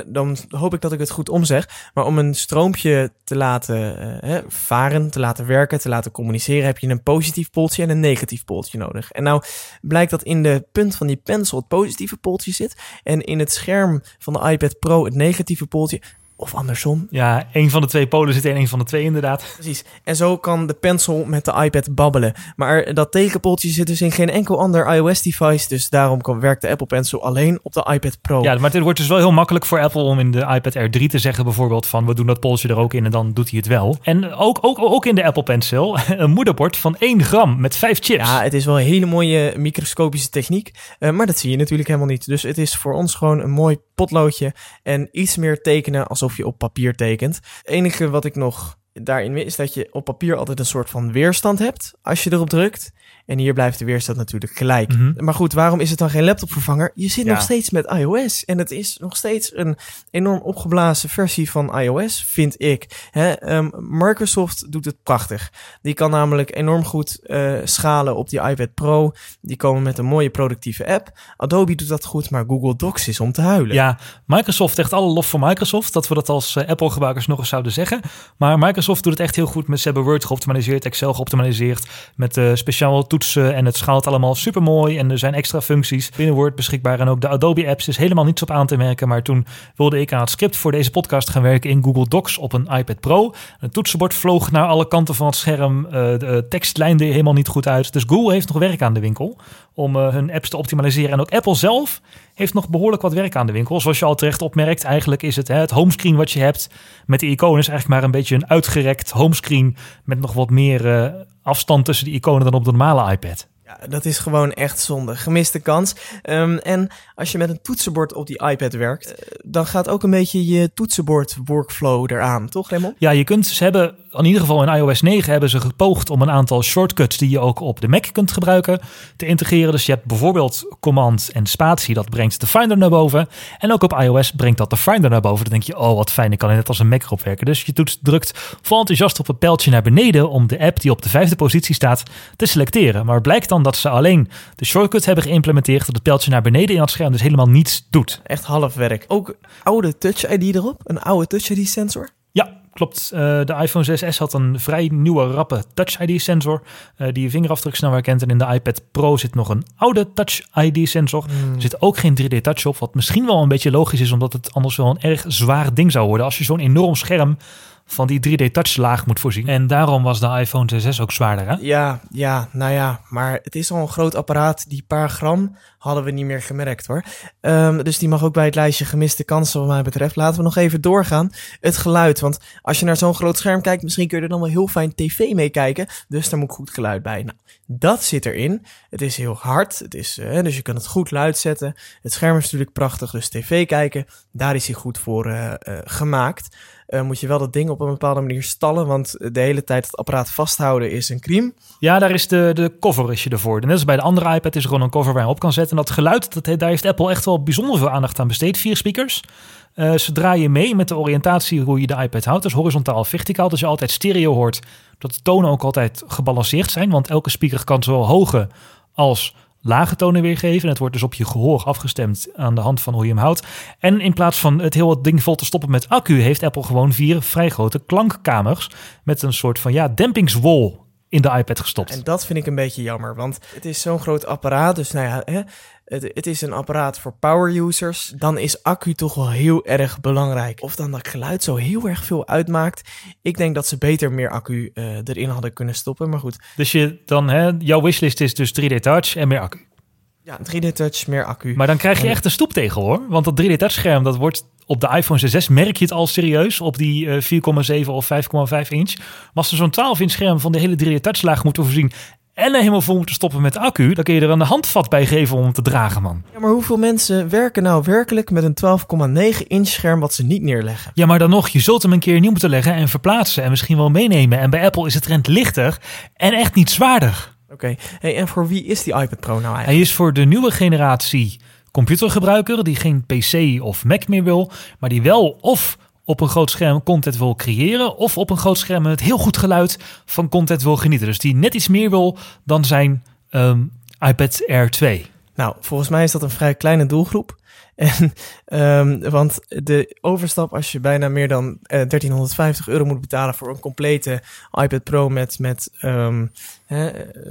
dan hoop ik dat ik het goed omzeg. Maar om een stroompje te laten uh, hè, varen, te laten werken, te laten communiceren, heb je een positief pooltje en een negatief pooltje nodig. En nou blijkt dat in de punt van die pencil het positieve pooltje zit en in het scherm van de iPad Pro het negatieve pooltje. Of andersom. Ja, één van de twee polen zit in één van de twee inderdaad. Precies. En zo kan de pencil met de iPad babbelen. Maar dat tekenpooltje zit dus in geen enkel ander iOS-device. Dus daarom kan, werkt de Apple Pencil alleen op de iPad Pro. Ja, maar het wordt dus wel heel makkelijk voor Apple om in de iPad Air drie te zeggen bijvoorbeeld van we doen dat pooltje er ook in en dan doet hij het wel. En ook, ook, ook in de Apple Pencil een moederbord van één gram met vijf chips. Ja, het is wel een hele mooie microscopische techniek. Uh, maar dat zie je natuurlijk helemaal niet. Dus het is voor ons gewoon een mooi potloodje en iets meer tekenen alsof je op papier tekent. Het enige wat ik nog daarin mis is dat je op papier altijd een soort van weerstand hebt als je erop drukt. En hier blijft de weerstand natuurlijk gelijk. Mm-hmm. Maar goed, waarom is het dan geen laptopvervanger? Je zit ja. nog steeds met iOS. En het is nog steeds een enorm opgeblazen versie van iOS, vind ik. Hè, um, Microsoft doet het prachtig. Die kan namelijk enorm goed uh, schalen op die iPad Pro. Die komen met een mooie productieve app. Adobe doet dat goed, maar Google Docs is om te huilen. Ja, Microsoft, echt alle lof voor Microsoft. Dat we dat als uh, Apple-gebruikers nog eens zouden zeggen. Maar Microsoft doet het echt heel goed. Met, ze hebben Word geoptimaliseerd, Excel geoptimaliseerd. Met uh, speciale toetsen en het schaalt allemaal super mooi. En er zijn extra functies binnen Word beschikbaar. En ook de Adobe apps is helemaal niets op aan te merken. Maar toen wilde ik aan het script voor deze podcast gaan werken in Google Docs op een iPad Pro. Het toetsenbord vloog naar alle kanten van het scherm. Uh, de tekst lijnde helemaal niet goed uit. Dus Google heeft nog werk aan de winkel om uh, hun apps te optimaliseren. En ook Apple zelf heeft nog behoorlijk wat werk aan de winkel. Zoals je al terecht opmerkt, eigenlijk is het hè, het homescreen wat je hebt met de iconen is eigenlijk maar een beetje een uitgerekt homescreen met nog wat meer uh, afstand tussen de iconen dan op de normale iPad. Ja, dat is gewoon echt zonde. Gemiste kans. Um, en als je met een toetsenbord op die iPad werkt, uh, dan gaat ook een beetje je toetsenbord workflow eraan, toch Raymond? Ja, je kunt, ze hebben in ieder geval in iOS negen hebben ze gepoogd om een aantal shortcuts die je ook op de Mac kunt gebruiken te integreren. Dus je hebt bijvoorbeeld command en spatie, dat brengt de Finder naar boven. En ook op iOS brengt dat de Finder naar boven. Dan denk je, oh wat fijn, ik kan er net als een Mac erop werken. Dus je doet, drukt vol enthousiast op het pijltje naar beneden om de app die op de vijfde positie staat te selecteren. Maar blijkt dan dat ze alleen de shortcut hebben geïmplementeerd, dat het pijltje naar beneden in het scherm dus helemaal niets doet. Echt half werk. Ook oude Touch I D erop? Een oude Touch I D sensor? Ja, klopt. Uh, de iPhone zes S had een vrij nieuwe rappe Touch I D sensor uh, die je vingerafdruk sneller herkent. En in de iPad Pro zit nog een oude Touch I D sensor. Mm. Er zit ook geen drie D Touch op, wat misschien wel een beetje logisch is, omdat het anders wel een erg zwaar ding zou worden als je zo'n enorm scherm van die drie D Touch laag moet voorzien. En daarom was de iPhone zes S ook zwaarder, hè? Ja, ja, nou ja, maar het is al een groot apparaat. Die paar gram hadden we niet meer gemerkt, hoor. Um, dus die mag ook bij het lijstje gemiste kansen wat mij betreft. Laten we nog even doorgaan. Het geluid, want als je naar zo'n groot scherm kijkt, misschien kun je er dan wel heel fijn tv mee kijken. Dus daar moet goed geluid bij. Nou, dat zit erin. Het is heel hard, het is, uh, dus je kan het goed luid zetten. Het scherm is natuurlijk prachtig, dus tv kijken, daar is hij goed voor uh, uh, gemaakt. Uh, moet je wel dat ding op een bepaalde manier stallen, want de hele tijd het apparaat vasthouden is een crime. Ja, daar is de, de cover is je ervoor. Net als bij de andere iPad is er gewoon een cover waar je op kan zetten. En dat geluid, dat, daar heeft Apple echt wel bijzonder veel aandacht aan besteed. Vier speakers. Uh, ze draaien mee met de oriëntatie hoe je de iPad houdt. Dus horizontaal, verticaal. Dus je altijd stereo hoort. Dat de tonen ook altijd gebalanceerd zijn. Want elke speaker kan zowel hoge als lage tonen weergeven. En het wordt dus op je gehoor afgestemd aan de hand van hoe je hem houdt. En in plaats van het heel wat ding vol te stoppen met accu, heeft Apple gewoon vier vrij grote klankkamers met een soort van ja, dempingswol in de iPad gestopt. En dat vind ik een beetje jammer, want het is zo'n groot apparaat. Dus nou ja, hè, het, het is een apparaat voor power users. Dan is accu toch wel heel erg belangrijk. Of dan dat geluid zo heel erg veel uitmaakt. Ik denk dat ze beter meer accu uh, erin hadden kunnen stoppen, maar goed. Dus je dan, hè, jouw wishlist is dus drie D Touch en meer accu. Ja, drie D Touch, meer accu. Maar dan krijg je echt een stoeptegel, hoor. Want dat drie D Touch scherm, dat wordt op de iPhone zes S merk je het al serieus op die uh, vier komma zeven of vijf komma vijf inch. Maar als ze zo'n twaalf inch scherm van de hele drie D Touch laag moeten voorzien en er helemaal vol moeten stoppen met accu, dan kun je er een handvat bij geven om te dragen, man. Ja, maar hoeveel mensen werken nou werkelijk met een twaalf komma negen inch scherm wat ze niet neerleggen? Ja, maar dan nog, je zult hem een keer nieuw moeten leggen en verplaatsen en misschien wel meenemen. En bij Apple is de trend lichter en echt niet zwaarder. Oké, okay. Hey, en voor wie is die iPad Pro nou eigenlijk? Hij is voor de nieuwe generatie computergebruiker die geen P C of Mac meer wil, maar die wel of op een groot scherm content wil creëren of op een groot scherm met heel goed geluid van content wil genieten. Dus die net iets meer wil dan zijn um, iPad Air twee. Nou, volgens mij is dat een vrij kleine doelgroep. En, um, want de overstap als je bijna meer dan uh, dertienhonderdvijftig euro moet betalen voor een complete iPad Pro met, met um, uh,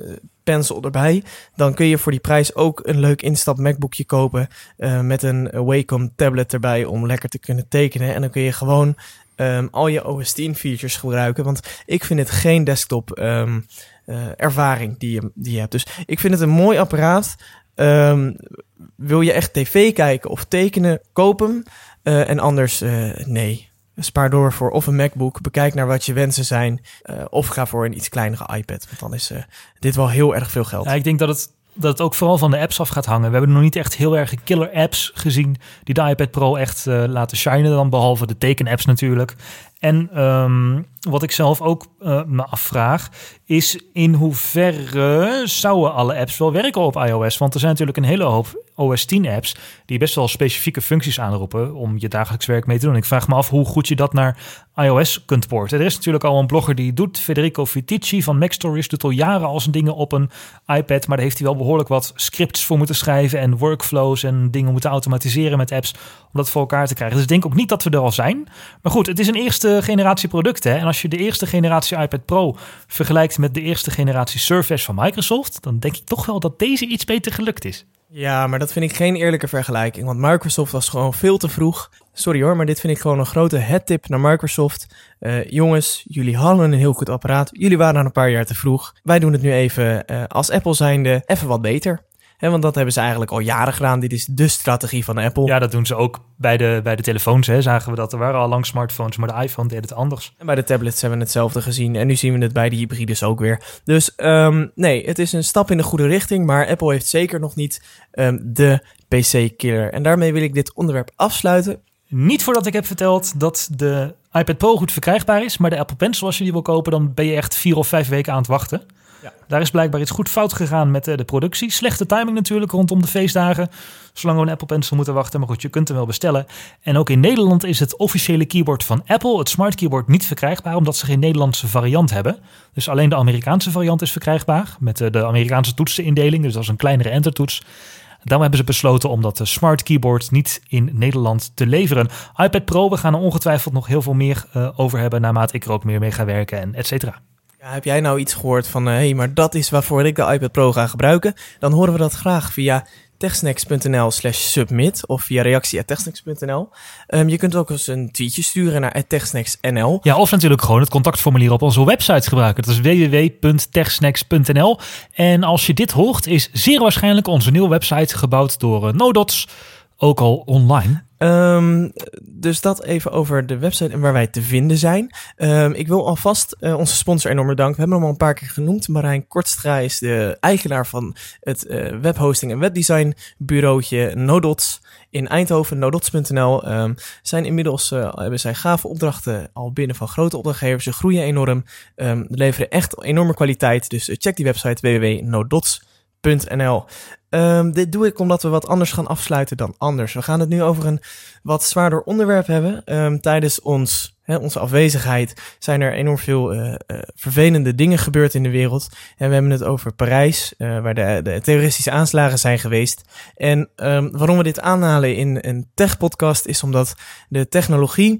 pencil erbij, dan kun je voor die prijs ook een leuk instap MacBookje kopen uh, met een Wacom tablet erbij om lekker te kunnen tekenen. En dan kun je gewoon um, al je O S tien features gebruiken, want ik vind het geen desktop um, uh, ervaring die je, die je hebt. Dus ik vind het een mooi apparaat. Um, wil je echt tv kijken of tekenen, koop hem. Uh, en anders, uh, nee. Spaar door voor of een MacBook. Bekijk naar wat je wensen zijn. Uh, of ga voor een iets kleinere iPad. Want dan is uh, dit wel heel erg veel geld. Ja, ik denk dat het, dat het ook vooral van de apps af gaat hangen. We hebben nog niet echt heel erg killer apps gezien die de iPad Pro echt uh, laten shinen dan. Behalve de teken-apps natuurlijk. En um, wat ik zelf ook uh, me afvraag, is in hoeverre zouden alle apps wel werken op iOS? Want er zijn natuurlijk een hele hoop O S tien apps die best wel specifieke functies aanroepen om je dagelijks werk mee te doen. Ik vraag me af hoe goed je dat naar iOS kunt porten. Er is natuurlijk al een blogger die het doet. Federico Vitici van Mac Stories doet al jaren al zijn dingen op een iPad, maar daar heeft hij wel behoorlijk wat scripts voor moeten schrijven en workflows en dingen moeten automatiseren met apps om dat voor elkaar te krijgen. Dus ik denk ook niet dat we er al zijn. Maar goed, het is een eerste generatie producten. Hè? En als je de eerste generatie iPad Pro vergelijkt met de eerste generatie Surface van Microsoft, dan denk ik toch wel dat deze iets beter gelukt is. Ja, maar dat vind ik geen eerlijke vergelijking. Want Microsoft was gewoon veel te vroeg. Sorry hoor, maar dit vind ik gewoon een grote headtip naar Microsoft. Uh, jongens, jullie hadden een heel goed apparaat. Jullie waren een paar jaar te vroeg. Wij doen het nu even uh, als Apple zijnde even wat beter. He, want dat hebben ze eigenlijk al jaren gedaan. Dit is de strategie van Apple. Ja, dat doen ze ook bij de, bij de telefoons. Hè. Zagen we dat er waren al lang smartphones, maar de iPhone deed het anders. En bij de tablets hebben we hetzelfde gezien. En nu zien we het bij de hybrides ook weer. Dus um, nee, het is een stap in de goede richting. Maar Apple heeft zeker nog niet um, de P C-killer. En daarmee wil ik dit onderwerp afsluiten. Niet voordat ik heb verteld dat de iPad Pro goed verkrijgbaar is. Maar de Apple Pencil, als je die wil kopen, dan ben je echt vier of vijf weken aan het wachten. Ja. Daar is blijkbaar iets goed fout gegaan met de productie. Slechte timing natuurlijk rondom de feestdagen. Zolang we een Apple Pencil moeten wachten. Maar goed, je kunt hem wel bestellen. En ook in Nederland is het officiële keyboard van Apple, het Smart Keyboard, niet verkrijgbaar. Omdat ze geen Nederlandse variant hebben. Dus alleen de Amerikaanse variant is verkrijgbaar. Met de Amerikaanse toetsenindeling. Dus dat is een kleinere entertoets. Daarom hebben ze besloten om dat Smart Keyboard niet in Nederland te leveren. iPad Pro, we gaan er ongetwijfeld nog heel veel meer uh, over hebben. Naarmate ik er ook meer mee ga werken en et cetera. Ja, heb jij nou iets gehoord van, hé, uh, hey, maar dat is waarvoor ik de iPad Pro ga gebruiken? Dan horen we dat graag via techsnacks.nl slash submit of via reactie at techsnacks.nl. Um, je kunt ook eens een tweetje sturen naar at techsnacksnl. Ja, of natuurlijk gewoon het contactformulier op onze website gebruiken. Dat is w w w punt techsnacks punt n l. En als je dit hoort, is zeer waarschijnlijk onze nieuwe website gebouwd door uh, NoDots, ook al online. Um, dus dat even over de website en waar wij te vinden zijn. Um, ik wil alvast uh, onze sponsor enorm bedanken. We hebben hem al een paar keer genoemd. Marijn Kortstra is de eigenaar van het uh, webhosting en webdesign bureautje NoDots in Eindhoven, nodots punt n l. Um, zijn inmiddels uh, hebben zij gave opdrachten al binnen van grote opdrachtgevers. Ze groeien enorm, um, leveren echt enorme kwaliteit. Dus uh, check die website w w w punt nodots punt n l. Um, dit doe ik omdat we wat anders gaan afsluiten dan anders. We gaan het nu over een wat zwaarder onderwerp hebben. Um, tijdens ons, hè, onze afwezigheid zijn er enorm veel uh, uh, vervelende dingen gebeurd in de wereld. En we hebben het over Parijs, uh, waar de, de terroristische aanslagen zijn geweest. En um, waarom we dit aanhalen in een tech-podcast is omdat de technologie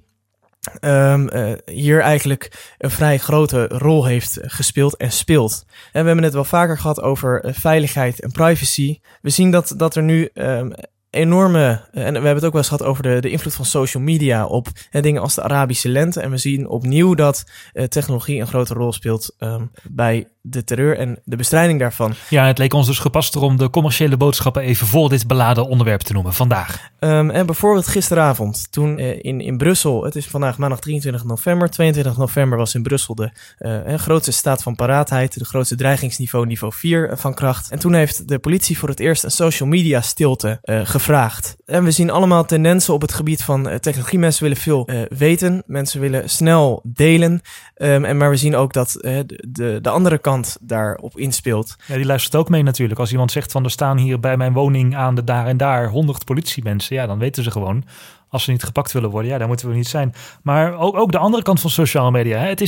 Um, uh, hier eigenlijk een vrij grote rol heeft gespeeld en speelt. En we hebben het wel vaker gehad over uh, veiligheid en privacy. We zien dat, dat er nu um, enorme, uh, en we hebben het ook wel eens gehad over de, de invloed van social media op uh, dingen als de Arabische lente. En we zien opnieuw dat uh, technologie een grote rol speelt um, bij de terreur en de bestrijding daarvan. Ja, het leek ons dus gepaster om de commerciële boodschappen even voor dit beladen onderwerp te noemen vandaag. Um, en bijvoorbeeld gisteravond, toen uh, in, in Brussel, het is vandaag maandag drieëntwintig november, tweeëntwintig november was in Brussel de uh, grootste staat van paraatheid, de grootste dreigingsniveau, niveau vier uh, van kracht. En toen heeft de politie voor het eerst een social media stilte uh, gevraagd. En we zien allemaal tendensen op het gebied van uh, technologie. Mensen willen veel uh, weten, mensen willen snel delen, um, en maar we zien ook dat uh, de, de, de andere kant daarop inspeelt. Ja, die luistert ook mee natuurlijk. Als iemand zegt van er staan hier bij mijn woning aan de daar en daar honderd politiemensen, ja, dan weten ze gewoon, als ze niet gepakt willen worden, ja, daar moeten we niet zijn. Maar ook, ook de andere kant van sociale media. Hè. Het is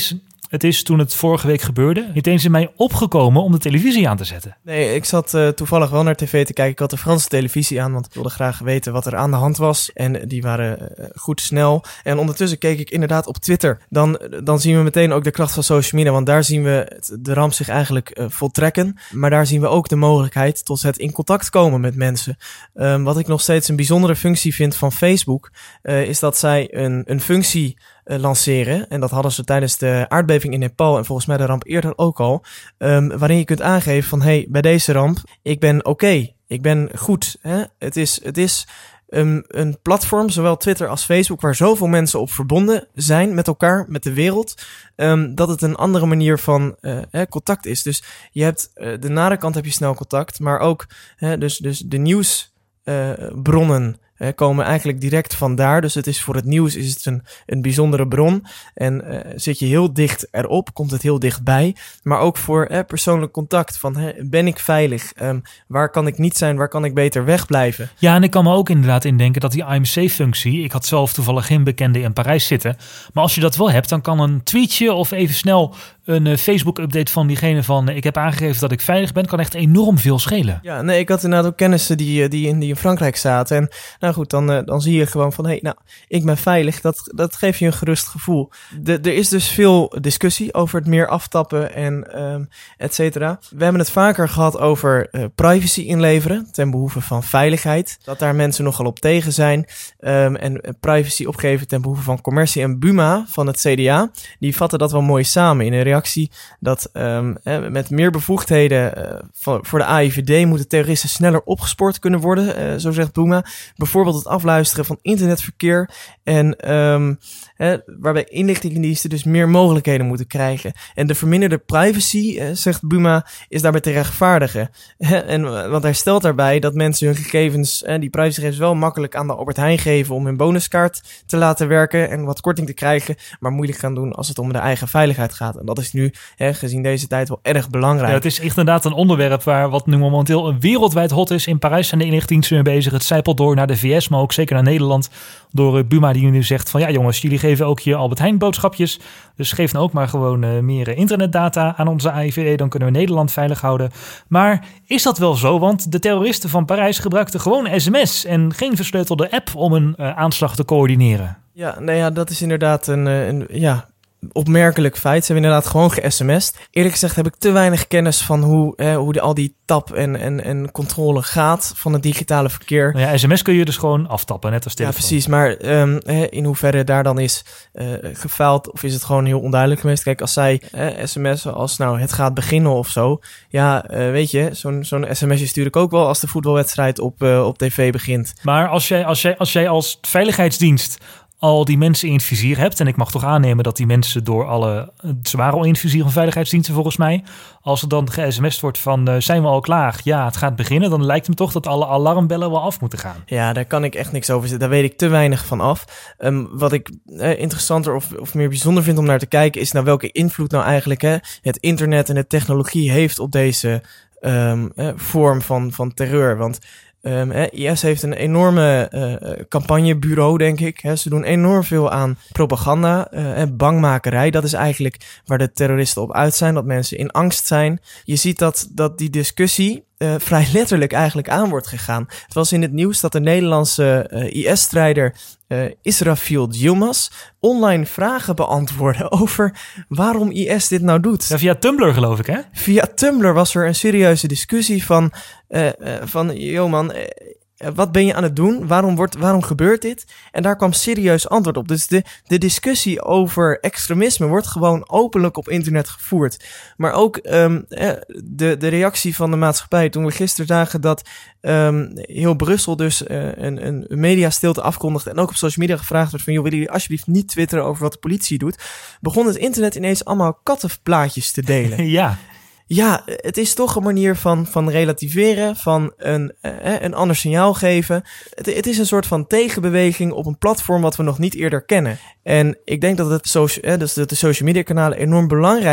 Het is toen het vorige week gebeurde niet eens in mij opgekomen om de televisie aan te zetten. Nee, ik zat uh, toevallig wel naar tv te kijken. Ik had de Franse televisie aan, want ik wilde graag weten wat er aan de hand was. En die waren uh, goed snel. En ondertussen keek ik inderdaad op Twitter. Dan, dan zien we meteen ook de kracht van social media, want daar zien we de ramp zich eigenlijk uh, voltrekken. Maar daar zien we ook de mogelijkheid tot het in contact komen met mensen. Um, wat ik nog steeds een bijzondere functie vind van Facebook, uh, is dat zij een, een functie uh, lanceren. En dat hadden ze tijdens de aardbeving in Nepal en volgens mij de ramp eerder ook al. Um, waarin je kunt aangeven van, hey, bij deze ramp, ik ben oké. Okay, ik ben goed. Hè? Het is, het is um, een platform, zowel Twitter als Facebook, waar zoveel mensen op verbonden zijn met elkaar, met de wereld, um, dat het een andere manier van uh, hè, contact is. Dus je hebt uh, de nare kant heb je snel contact, maar ook hè, dus, dus de nieuwsbronnen uh, Uh, komen eigenlijk direct vandaar. Dus het is voor het nieuws is het een, een bijzondere bron. En uh, zit je heel dicht erop, komt het heel dichtbij. Maar ook voor uh, persoonlijk contact. Van, uh, ben ik veilig? Um, waar kan ik niet zijn? Waar kan ik beter wegblijven? Ja, en ik kan me ook inderdaad indenken dat die I M C-functie... Ik had zelf toevallig geen bekende in Parijs zitten. Maar als je dat wel hebt, dan kan een tweetje of even snel een uh, Facebook-update van diegene van... Uh, ik heb aangegeven dat ik veilig ben, kan echt enorm veel schelen. Ja, nee, ik had inderdaad ook kennissen die, die, in, die in Frankrijk zaten. En nou goed, dan, uh, dan zie je gewoon van, hé, hey, nou, ik ben veilig. Dat, dat geeft je een gerust gevoel. De, er is dus veel discussie over het meer aftappen en um, et cetera. We hebben het vaker gehad over uh, privacy inleveren ten behoeve van veiligheid. Dat daar mensen nogal op tegen zijn. Um, en privacy opgeven ten behoeve van commercie. En Buma van het C D A, die vatten dat wel mooi samen in een reactie dat um, eh, met meer bevoegdheden uh, voor, voor de A I V D moeten terroristen sneller opgespoord kunnen worden, uh, zo zegt Buma. Bijvoorbeeld het afluisteren van internetverkeer en um, eh, waarbij inlichtingendiensten dus meer mogelijkheden moeten krijgen. En de verminderde privacy, eh, zegt Buma, is daarbij te rechtvaardigen. En, want hij stelt daarbij dat mensen hun gegevens, eh, die privacygegevens wel makkelijk aan de Albert Heijn geven om hun bonuskaart te laten werken en wat korting te krijgen, maar moeilijk gaan doen als het om de eigen veiligheid gaat. En dat is nu, hè, gezien deze tijd, wel erg belangrijk. Ja, het is echt inderdaad een onderwerp waar wat nu momenteel een wereldwijd hot is. In Parijs zijn de inlichtingendiensten mee bezig. Het zijpelt door naar de V S, maar ook zeker naar Nederland. Door Buma die nu zegt van ja jongens, jullie geven ook je Albert Heijn boodschapjes. Dus geef nou ook maar gewoon uh, meer internetdata aan onze A I V D. Dan kunnen we Nederland veilig houden. Maar is dat wel zo? Want de terroristen van Parijs gebruikten gewoon sms en geen versleutelde app om een uh, aanslag te coördineren. Ja, nou ja, dat is inderdaad een, een ja... opmerkelijk feit. Ze hebben inderdaad gewoon ge-sms'd. Eerlijk gezegd heb ik te weinig kennis van hoe, eh, hoe de, al die tap en, en, en controle gaat van het digitale verkeer. Nou ja, sms kun je dus gewoon aftappen, net als telefoon. Ja, precies. Maar um, in hoeverre daar dan is uh, gefaald of is het gewoon heel onduidelijk geweest. Kijk, als zij eh, sms'en als nou het gaat beginnen of zo. Ja, uh, weet je, zo'n, zo'n sms'je stuur ik ook wel als de voetbalwedstrijd op, uh, op tv begint. Maar als jij, als jij, als jij als veiligheidsdienst al die mensen in het vizier hebt, en ik mag toch aannemen dat die mensen door alle, ze waren al in het vizier van veiligheidsdiensten volgens mij, als er dan ge-sms'd wordt van, uh, zijn we al klaar? Ja, het gaat beginnen, dan lijkt het me toch dat alle alarmbellen wel af moeten gaan. Ja, daar kan ik echt niks over zeggen. Daar weet ik te weinig van af. Um, wat ik uh, interessanter of, of meer bijzonder vind om naar te kijken, is nou welke invloed nou eigenlijk hè, het internet en de technologie heeft op deze um, uh, vorm van, van terreur. Want Um, eh, I S heeft een enorme uh, campagnebureau, denk ik. Hè. Ze doen enorm veel aan propaganda, uh, bangmakerij. Dat is eigenlijk waar de terroristen op uit zijn, dat mensen in angst zijn. Je ziet dat, dat die discussie uh, vrij letterlijk eigenlijk aan wordt gegaan. Het was in het nieuws dat de Nederlandse uh, I S-strijder uh, Israfil Yilmaz online vragen beantwoordde over waarom I S dit nou doet. Ja, via Tumblr geloof ik, hè? Via Tumblr was er een serieuze discussie van, uh, uh, van joh man, uh, wat ben je aan het doen? Waarom, wordt, waarom gebeurt dit? En daar kwam serieus antwoord op. Dus de, de discussie over extremisme wordt gewoon openlijk op internet gevoerd. Maar ook um, de, de reactie van de maatschappij toen we gisteren zagen dat um, heel Brussel dus uh, een, een mediastilte afkondigde en ook op social media gevraagd werd van joh, willen jullie alsjeblieft niet twitteren over wat de politie doet? Begon het internet ineens allemaal kattenplaatjes te delen. Ja. Ja, het is toch een manier van, van relativeren, van een, eh, een ander signaal geven. Het, het is een soort van tegenbeweging op een platform wat we nog niet eerder kennen. En ik denk dat, het socia- eh, dus dat de social media kanalen enorm belangrijk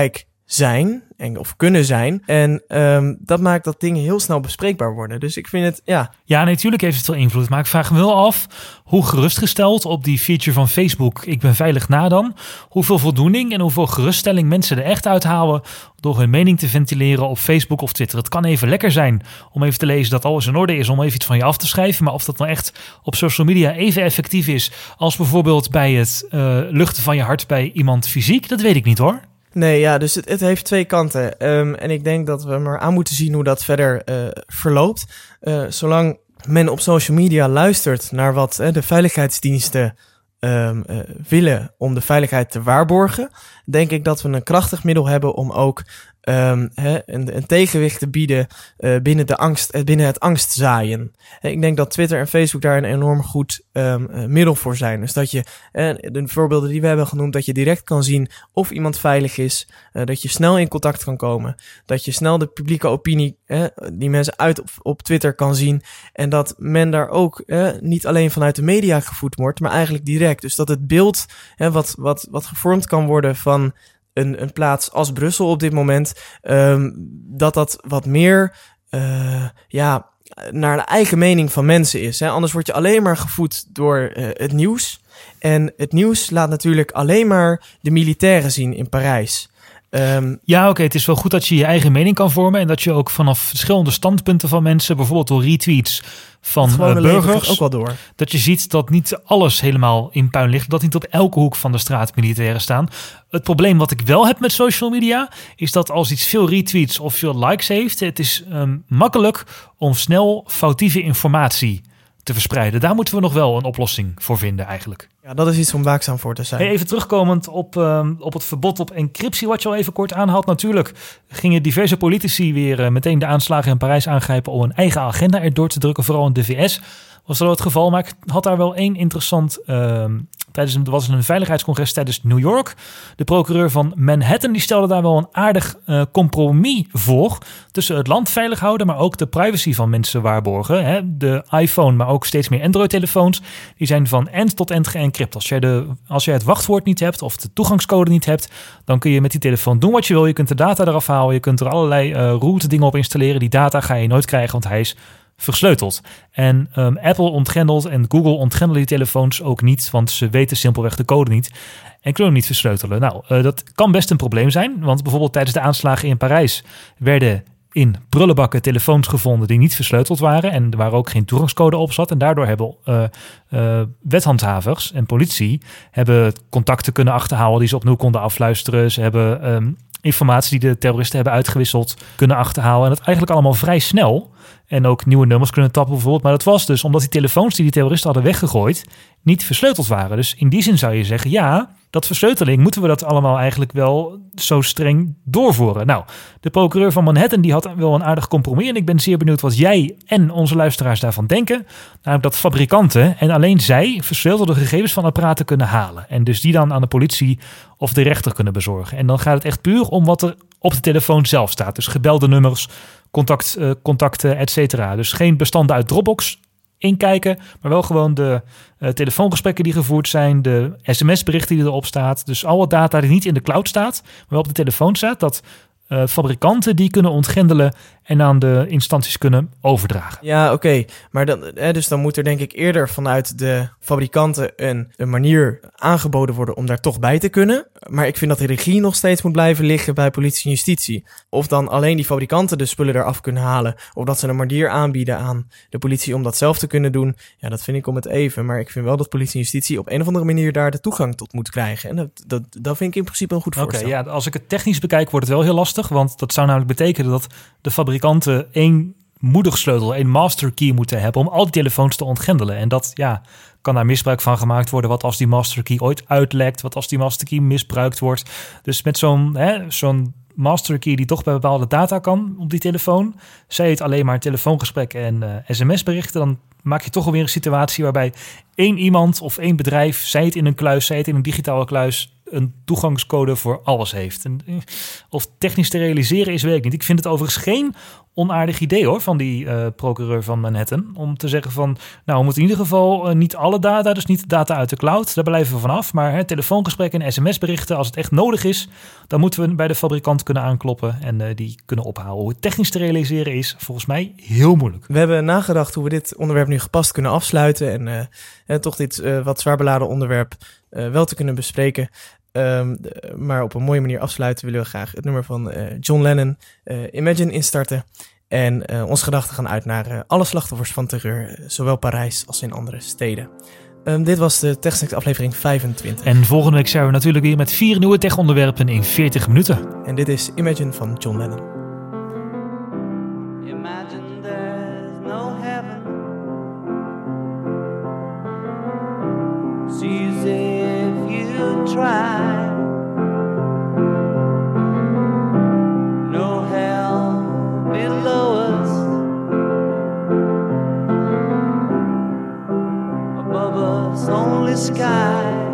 zijn en, of kunnen zijn. En um, dat maakt dat dingen heel snel bespreekbaar worden. Dus ik vind het, ja... Ja, natuurlijk heeft het wel invloed. Maar ik vraag me wel af, hoe gerustgesteld op die feature van Facebook, ik ben veilig na dan, hoeveel voldoening en hoeveel geruststelling mensen er echt uithalen door hun mening te ventileren op Facebook of Twitter. Het kan even lekker zijn om even te lezen dat alles in orde is, om even iets van je af te schrijven. Maar of dat nou echt op social media even effectief is als bijvoorbeeld bij het uh, luchten van je hart bij iemand fysiek, dat weet ik niet hoor. Nee, ja, dus het, het heeft twee kanten. Um, en ik denk dat we maar aan moeten zien hoe dat verder uh, verloopt. Uh, zolang men op social media luistert naar wat uh, de veiligheidsdiensten um, uh, willen om de veiligheid te waarborgen, denk ik dat we een krachtig middel hebben om ook um, he, een, een tegenwicht te bieden uh, binnen, de angst, uh, binnen het angstzaaien. Uh, ik denk dat Twitter en Facebook daar een enorm goed um, uh, middel voor zijn. Dus dat je, uh, de voorbeelden die we hebben genoemd, dat je direct kan zien of iemand veilig is, uh, dat je snel in contact kan komen, dat je snel de publieke opinie, uh, die mensen uit op, op Twitter kan zien en dat men daar ook uh, niet alleen vanuit de media gevoed wordt, maar eigenlijk direct. Dus dat het beeld uh, wat, wat, wat gevormd kan worden van Een, een plaats als Brussel op dit moment, um, dat dat wat meer uh, ja, naar de eigen mening van mensen is. Hè? Anders word je alleen maar gevoed door uh, het nieuws. En het nieuws laat natuurlijk alleen maar de militairen zien in Parijs. Um, ja, oké, okay, het is wel goed dat je je eigen mening kan vormen en dat je ook vanaf verschillende standpunten van mensen, bijvoorbeeld door retweets van uh, burgers, ook wel door. Dat je ziet dat niet alles helemaal in puin ligt, dat niet op elke hoek van de straat militairen staan. Het probleem wat ik wel heb met social media is dat als iets veel retweets of veel likes heeft, het is um, makkelijk om snel foutieve informatie te verspreiden. Daar moeten we nog wel een oplossing voor vinden eigenlijk. Ja, dat is iets om waakzaam voor te zijn. Hey, even terugkomend op, um, op het verbod op encryptie, wat je al even kort aanhaalt. Natuurlijk gingen diverse politici weer uh, meteen de aanslagen in Parijs aangrijpen om een eigen agenda erdoor te drukken, vooral in de V S. Was dat het geval, maar ik had daar wel één interessant... Uh, tijdens een, er was een veiligheidscongres tijdens New York. De procureur van Manhattan die stelde daar wel een aardig uh, compromis voor tussen het land veilig houden, maar ook de privacy van mensen waarborgen. Hè. De iPhone, maar ook steeds meer Android-telefoons, die zijn van end tot end geëncrypt. Als jij, de, als jij het wachtwoord niet hebt of de toegangscode niet hebt, dan kun je met die telefoon doen wat je wil. Je kunt de data eraf halen, je kunt er allerlei uh, route dingen op installeren. Die data ga je nooit krijgen, want hij is versleuteld. En um, Apple ontgrendelt en Google ontgrendelen die telefoons ook niet, want ze weten simpelweg de code niet en kunnen hem niet versleutelen. Nou, uh, dat kan best een probleem zijn, want bijvoorbeeld tijdens de aanslagen in Parijs werden in prullenbakken telefoons gevonden die niet versleuteld waren en waar ook geen toegangscode op zat. En daardoor hebben uh, uh, wethandhavers en politie hebben contacten kunnen achterhalen die ze opnieuw konden afluisteren. Ze hebben um, informatie die de terroristen hebben uitgewisseld kunnen achterhalen. En dat eigenlijk allemaal vrij snel. En ook nieuwe nummers kunnen tappen bijvoorbeeld. Maar dat was dus omdat die telefoons die die terroristen hadden weggegooid niet versleuteld waren. Dus in die zin zou je zeggen, ja, dat versleuteling, moeten we dat allemaal eigenlijk wel zo streng doorvoeren. Nou, de procureur van Manhattan die had wel een aardig compromis. En ik ben zeer benieuwd wat jij en onze luisteraars daarvan denken. Namelijk dat fabrikanten en alleen zij versleutelde gegevens van apparaten kunnen halen. En dus die dan aan de politie of de rechter kunnen bezorgen. En dan gaat het echt puur om wat er op de telefoon zelf staat. Dus gebelde nummers, contact, uh, contacten, et cetera. Dus geen bestanden uit Dropbox inkijken, maar wel gewoon de uh, telefoongesprekken die gevoerd zijn, de sms-berichten die erop staat. Dus alle data die niet in de cloud staat, maar wel op de telefoon staat, dat uh, fabrikanten die kunnen ontgrendelen en aan de instanties kunnen overdragen. Ja, oké. Okay. Maar dan, hè, dus dan moet er denk ik eerder vanuit de fabrikanten een, een manier aangeboden worden om daar toch bij te kunnen. Maar ik vind dat de regie nog steeds moet blijven liggen bij politie en justitie. Of dan alleen die fabrikanten de spullen eraf kunnen halen. Of dat ze een manier aanbieden aan de politie om dat zelf te kunnen doen. Ja, dat vind ik om het even. Maar ik vind wel dat politie en justitie op een of andere manier daar de toegang tot moet krijgen. En dat, dat, dat vind ik in principe een goed voorstel. Oké, okay, ja, als ik het technisch bekijk wordt het wel heel lastig. Want dat zou namelijk betekenen dat de fabrikanten één moedigsleutel, één master key moeten hebben om al die telefoons te ontgrendelen. En dat, ja, kan daar misbruik van gemaakt worden. Wat als die master key ooit uitlekt? Wat als die master key misbruikt wordt? Dus met zo'n, hè, zo'n master key die toch bij bepaalde data kan op die telefoon, zij het alleen maar telefoongesprekken en uh, sms-berichten, dan maak je toch alweer een situatie waarbij één iemand of één bedrijf, zij het in een kluis, zij het in een digitale kluis, een toegangscode voor alles heeft. En of technisch te realiseren is, weet ik niet. Ik vind het overigens geen onaardig idee hoor, van die uh, procureur van Manhattan. Om te zeggen van, nou we moeten in ieder geval uh, niet alle data, dus niet data uit de cloud, daar blijven we vanaf. Maar hè, telefoongesprekken en sms-berichten, als het echt nodig is, dan moeten we bij de fabrikant kunnen aankloppen en uh, die kunnen ophalen. Hoe het technisch te realiseren is, volgens mij heel moeilijk. We hebben nagedacht hoe we dit onderwerp nu gepast kunnen afsluiten en, uh, en toch dit uh, wat zwaar beladen onderwerp uh, wel te kunnen bespreken. Um, maar op een mooie manier afsluiten willen we graag het nummer van uh, John Lennon, uh, Imagine, instarten. En uh, onze gedachten gaan uit naar uh, alle slachtoffers van terreur, uh, zowel Parijs als in andere steden. Um, dit was de TechSnacks aflevering vijfentwintig. En volgende week zijn we natuurlijk weer met vier nieuwe tech-onderwerpen in veertig minuten. En dit is Imagine van John Lennon. Imagine there's no heaven. It's easy if you try. No hell below us. Above us only sky.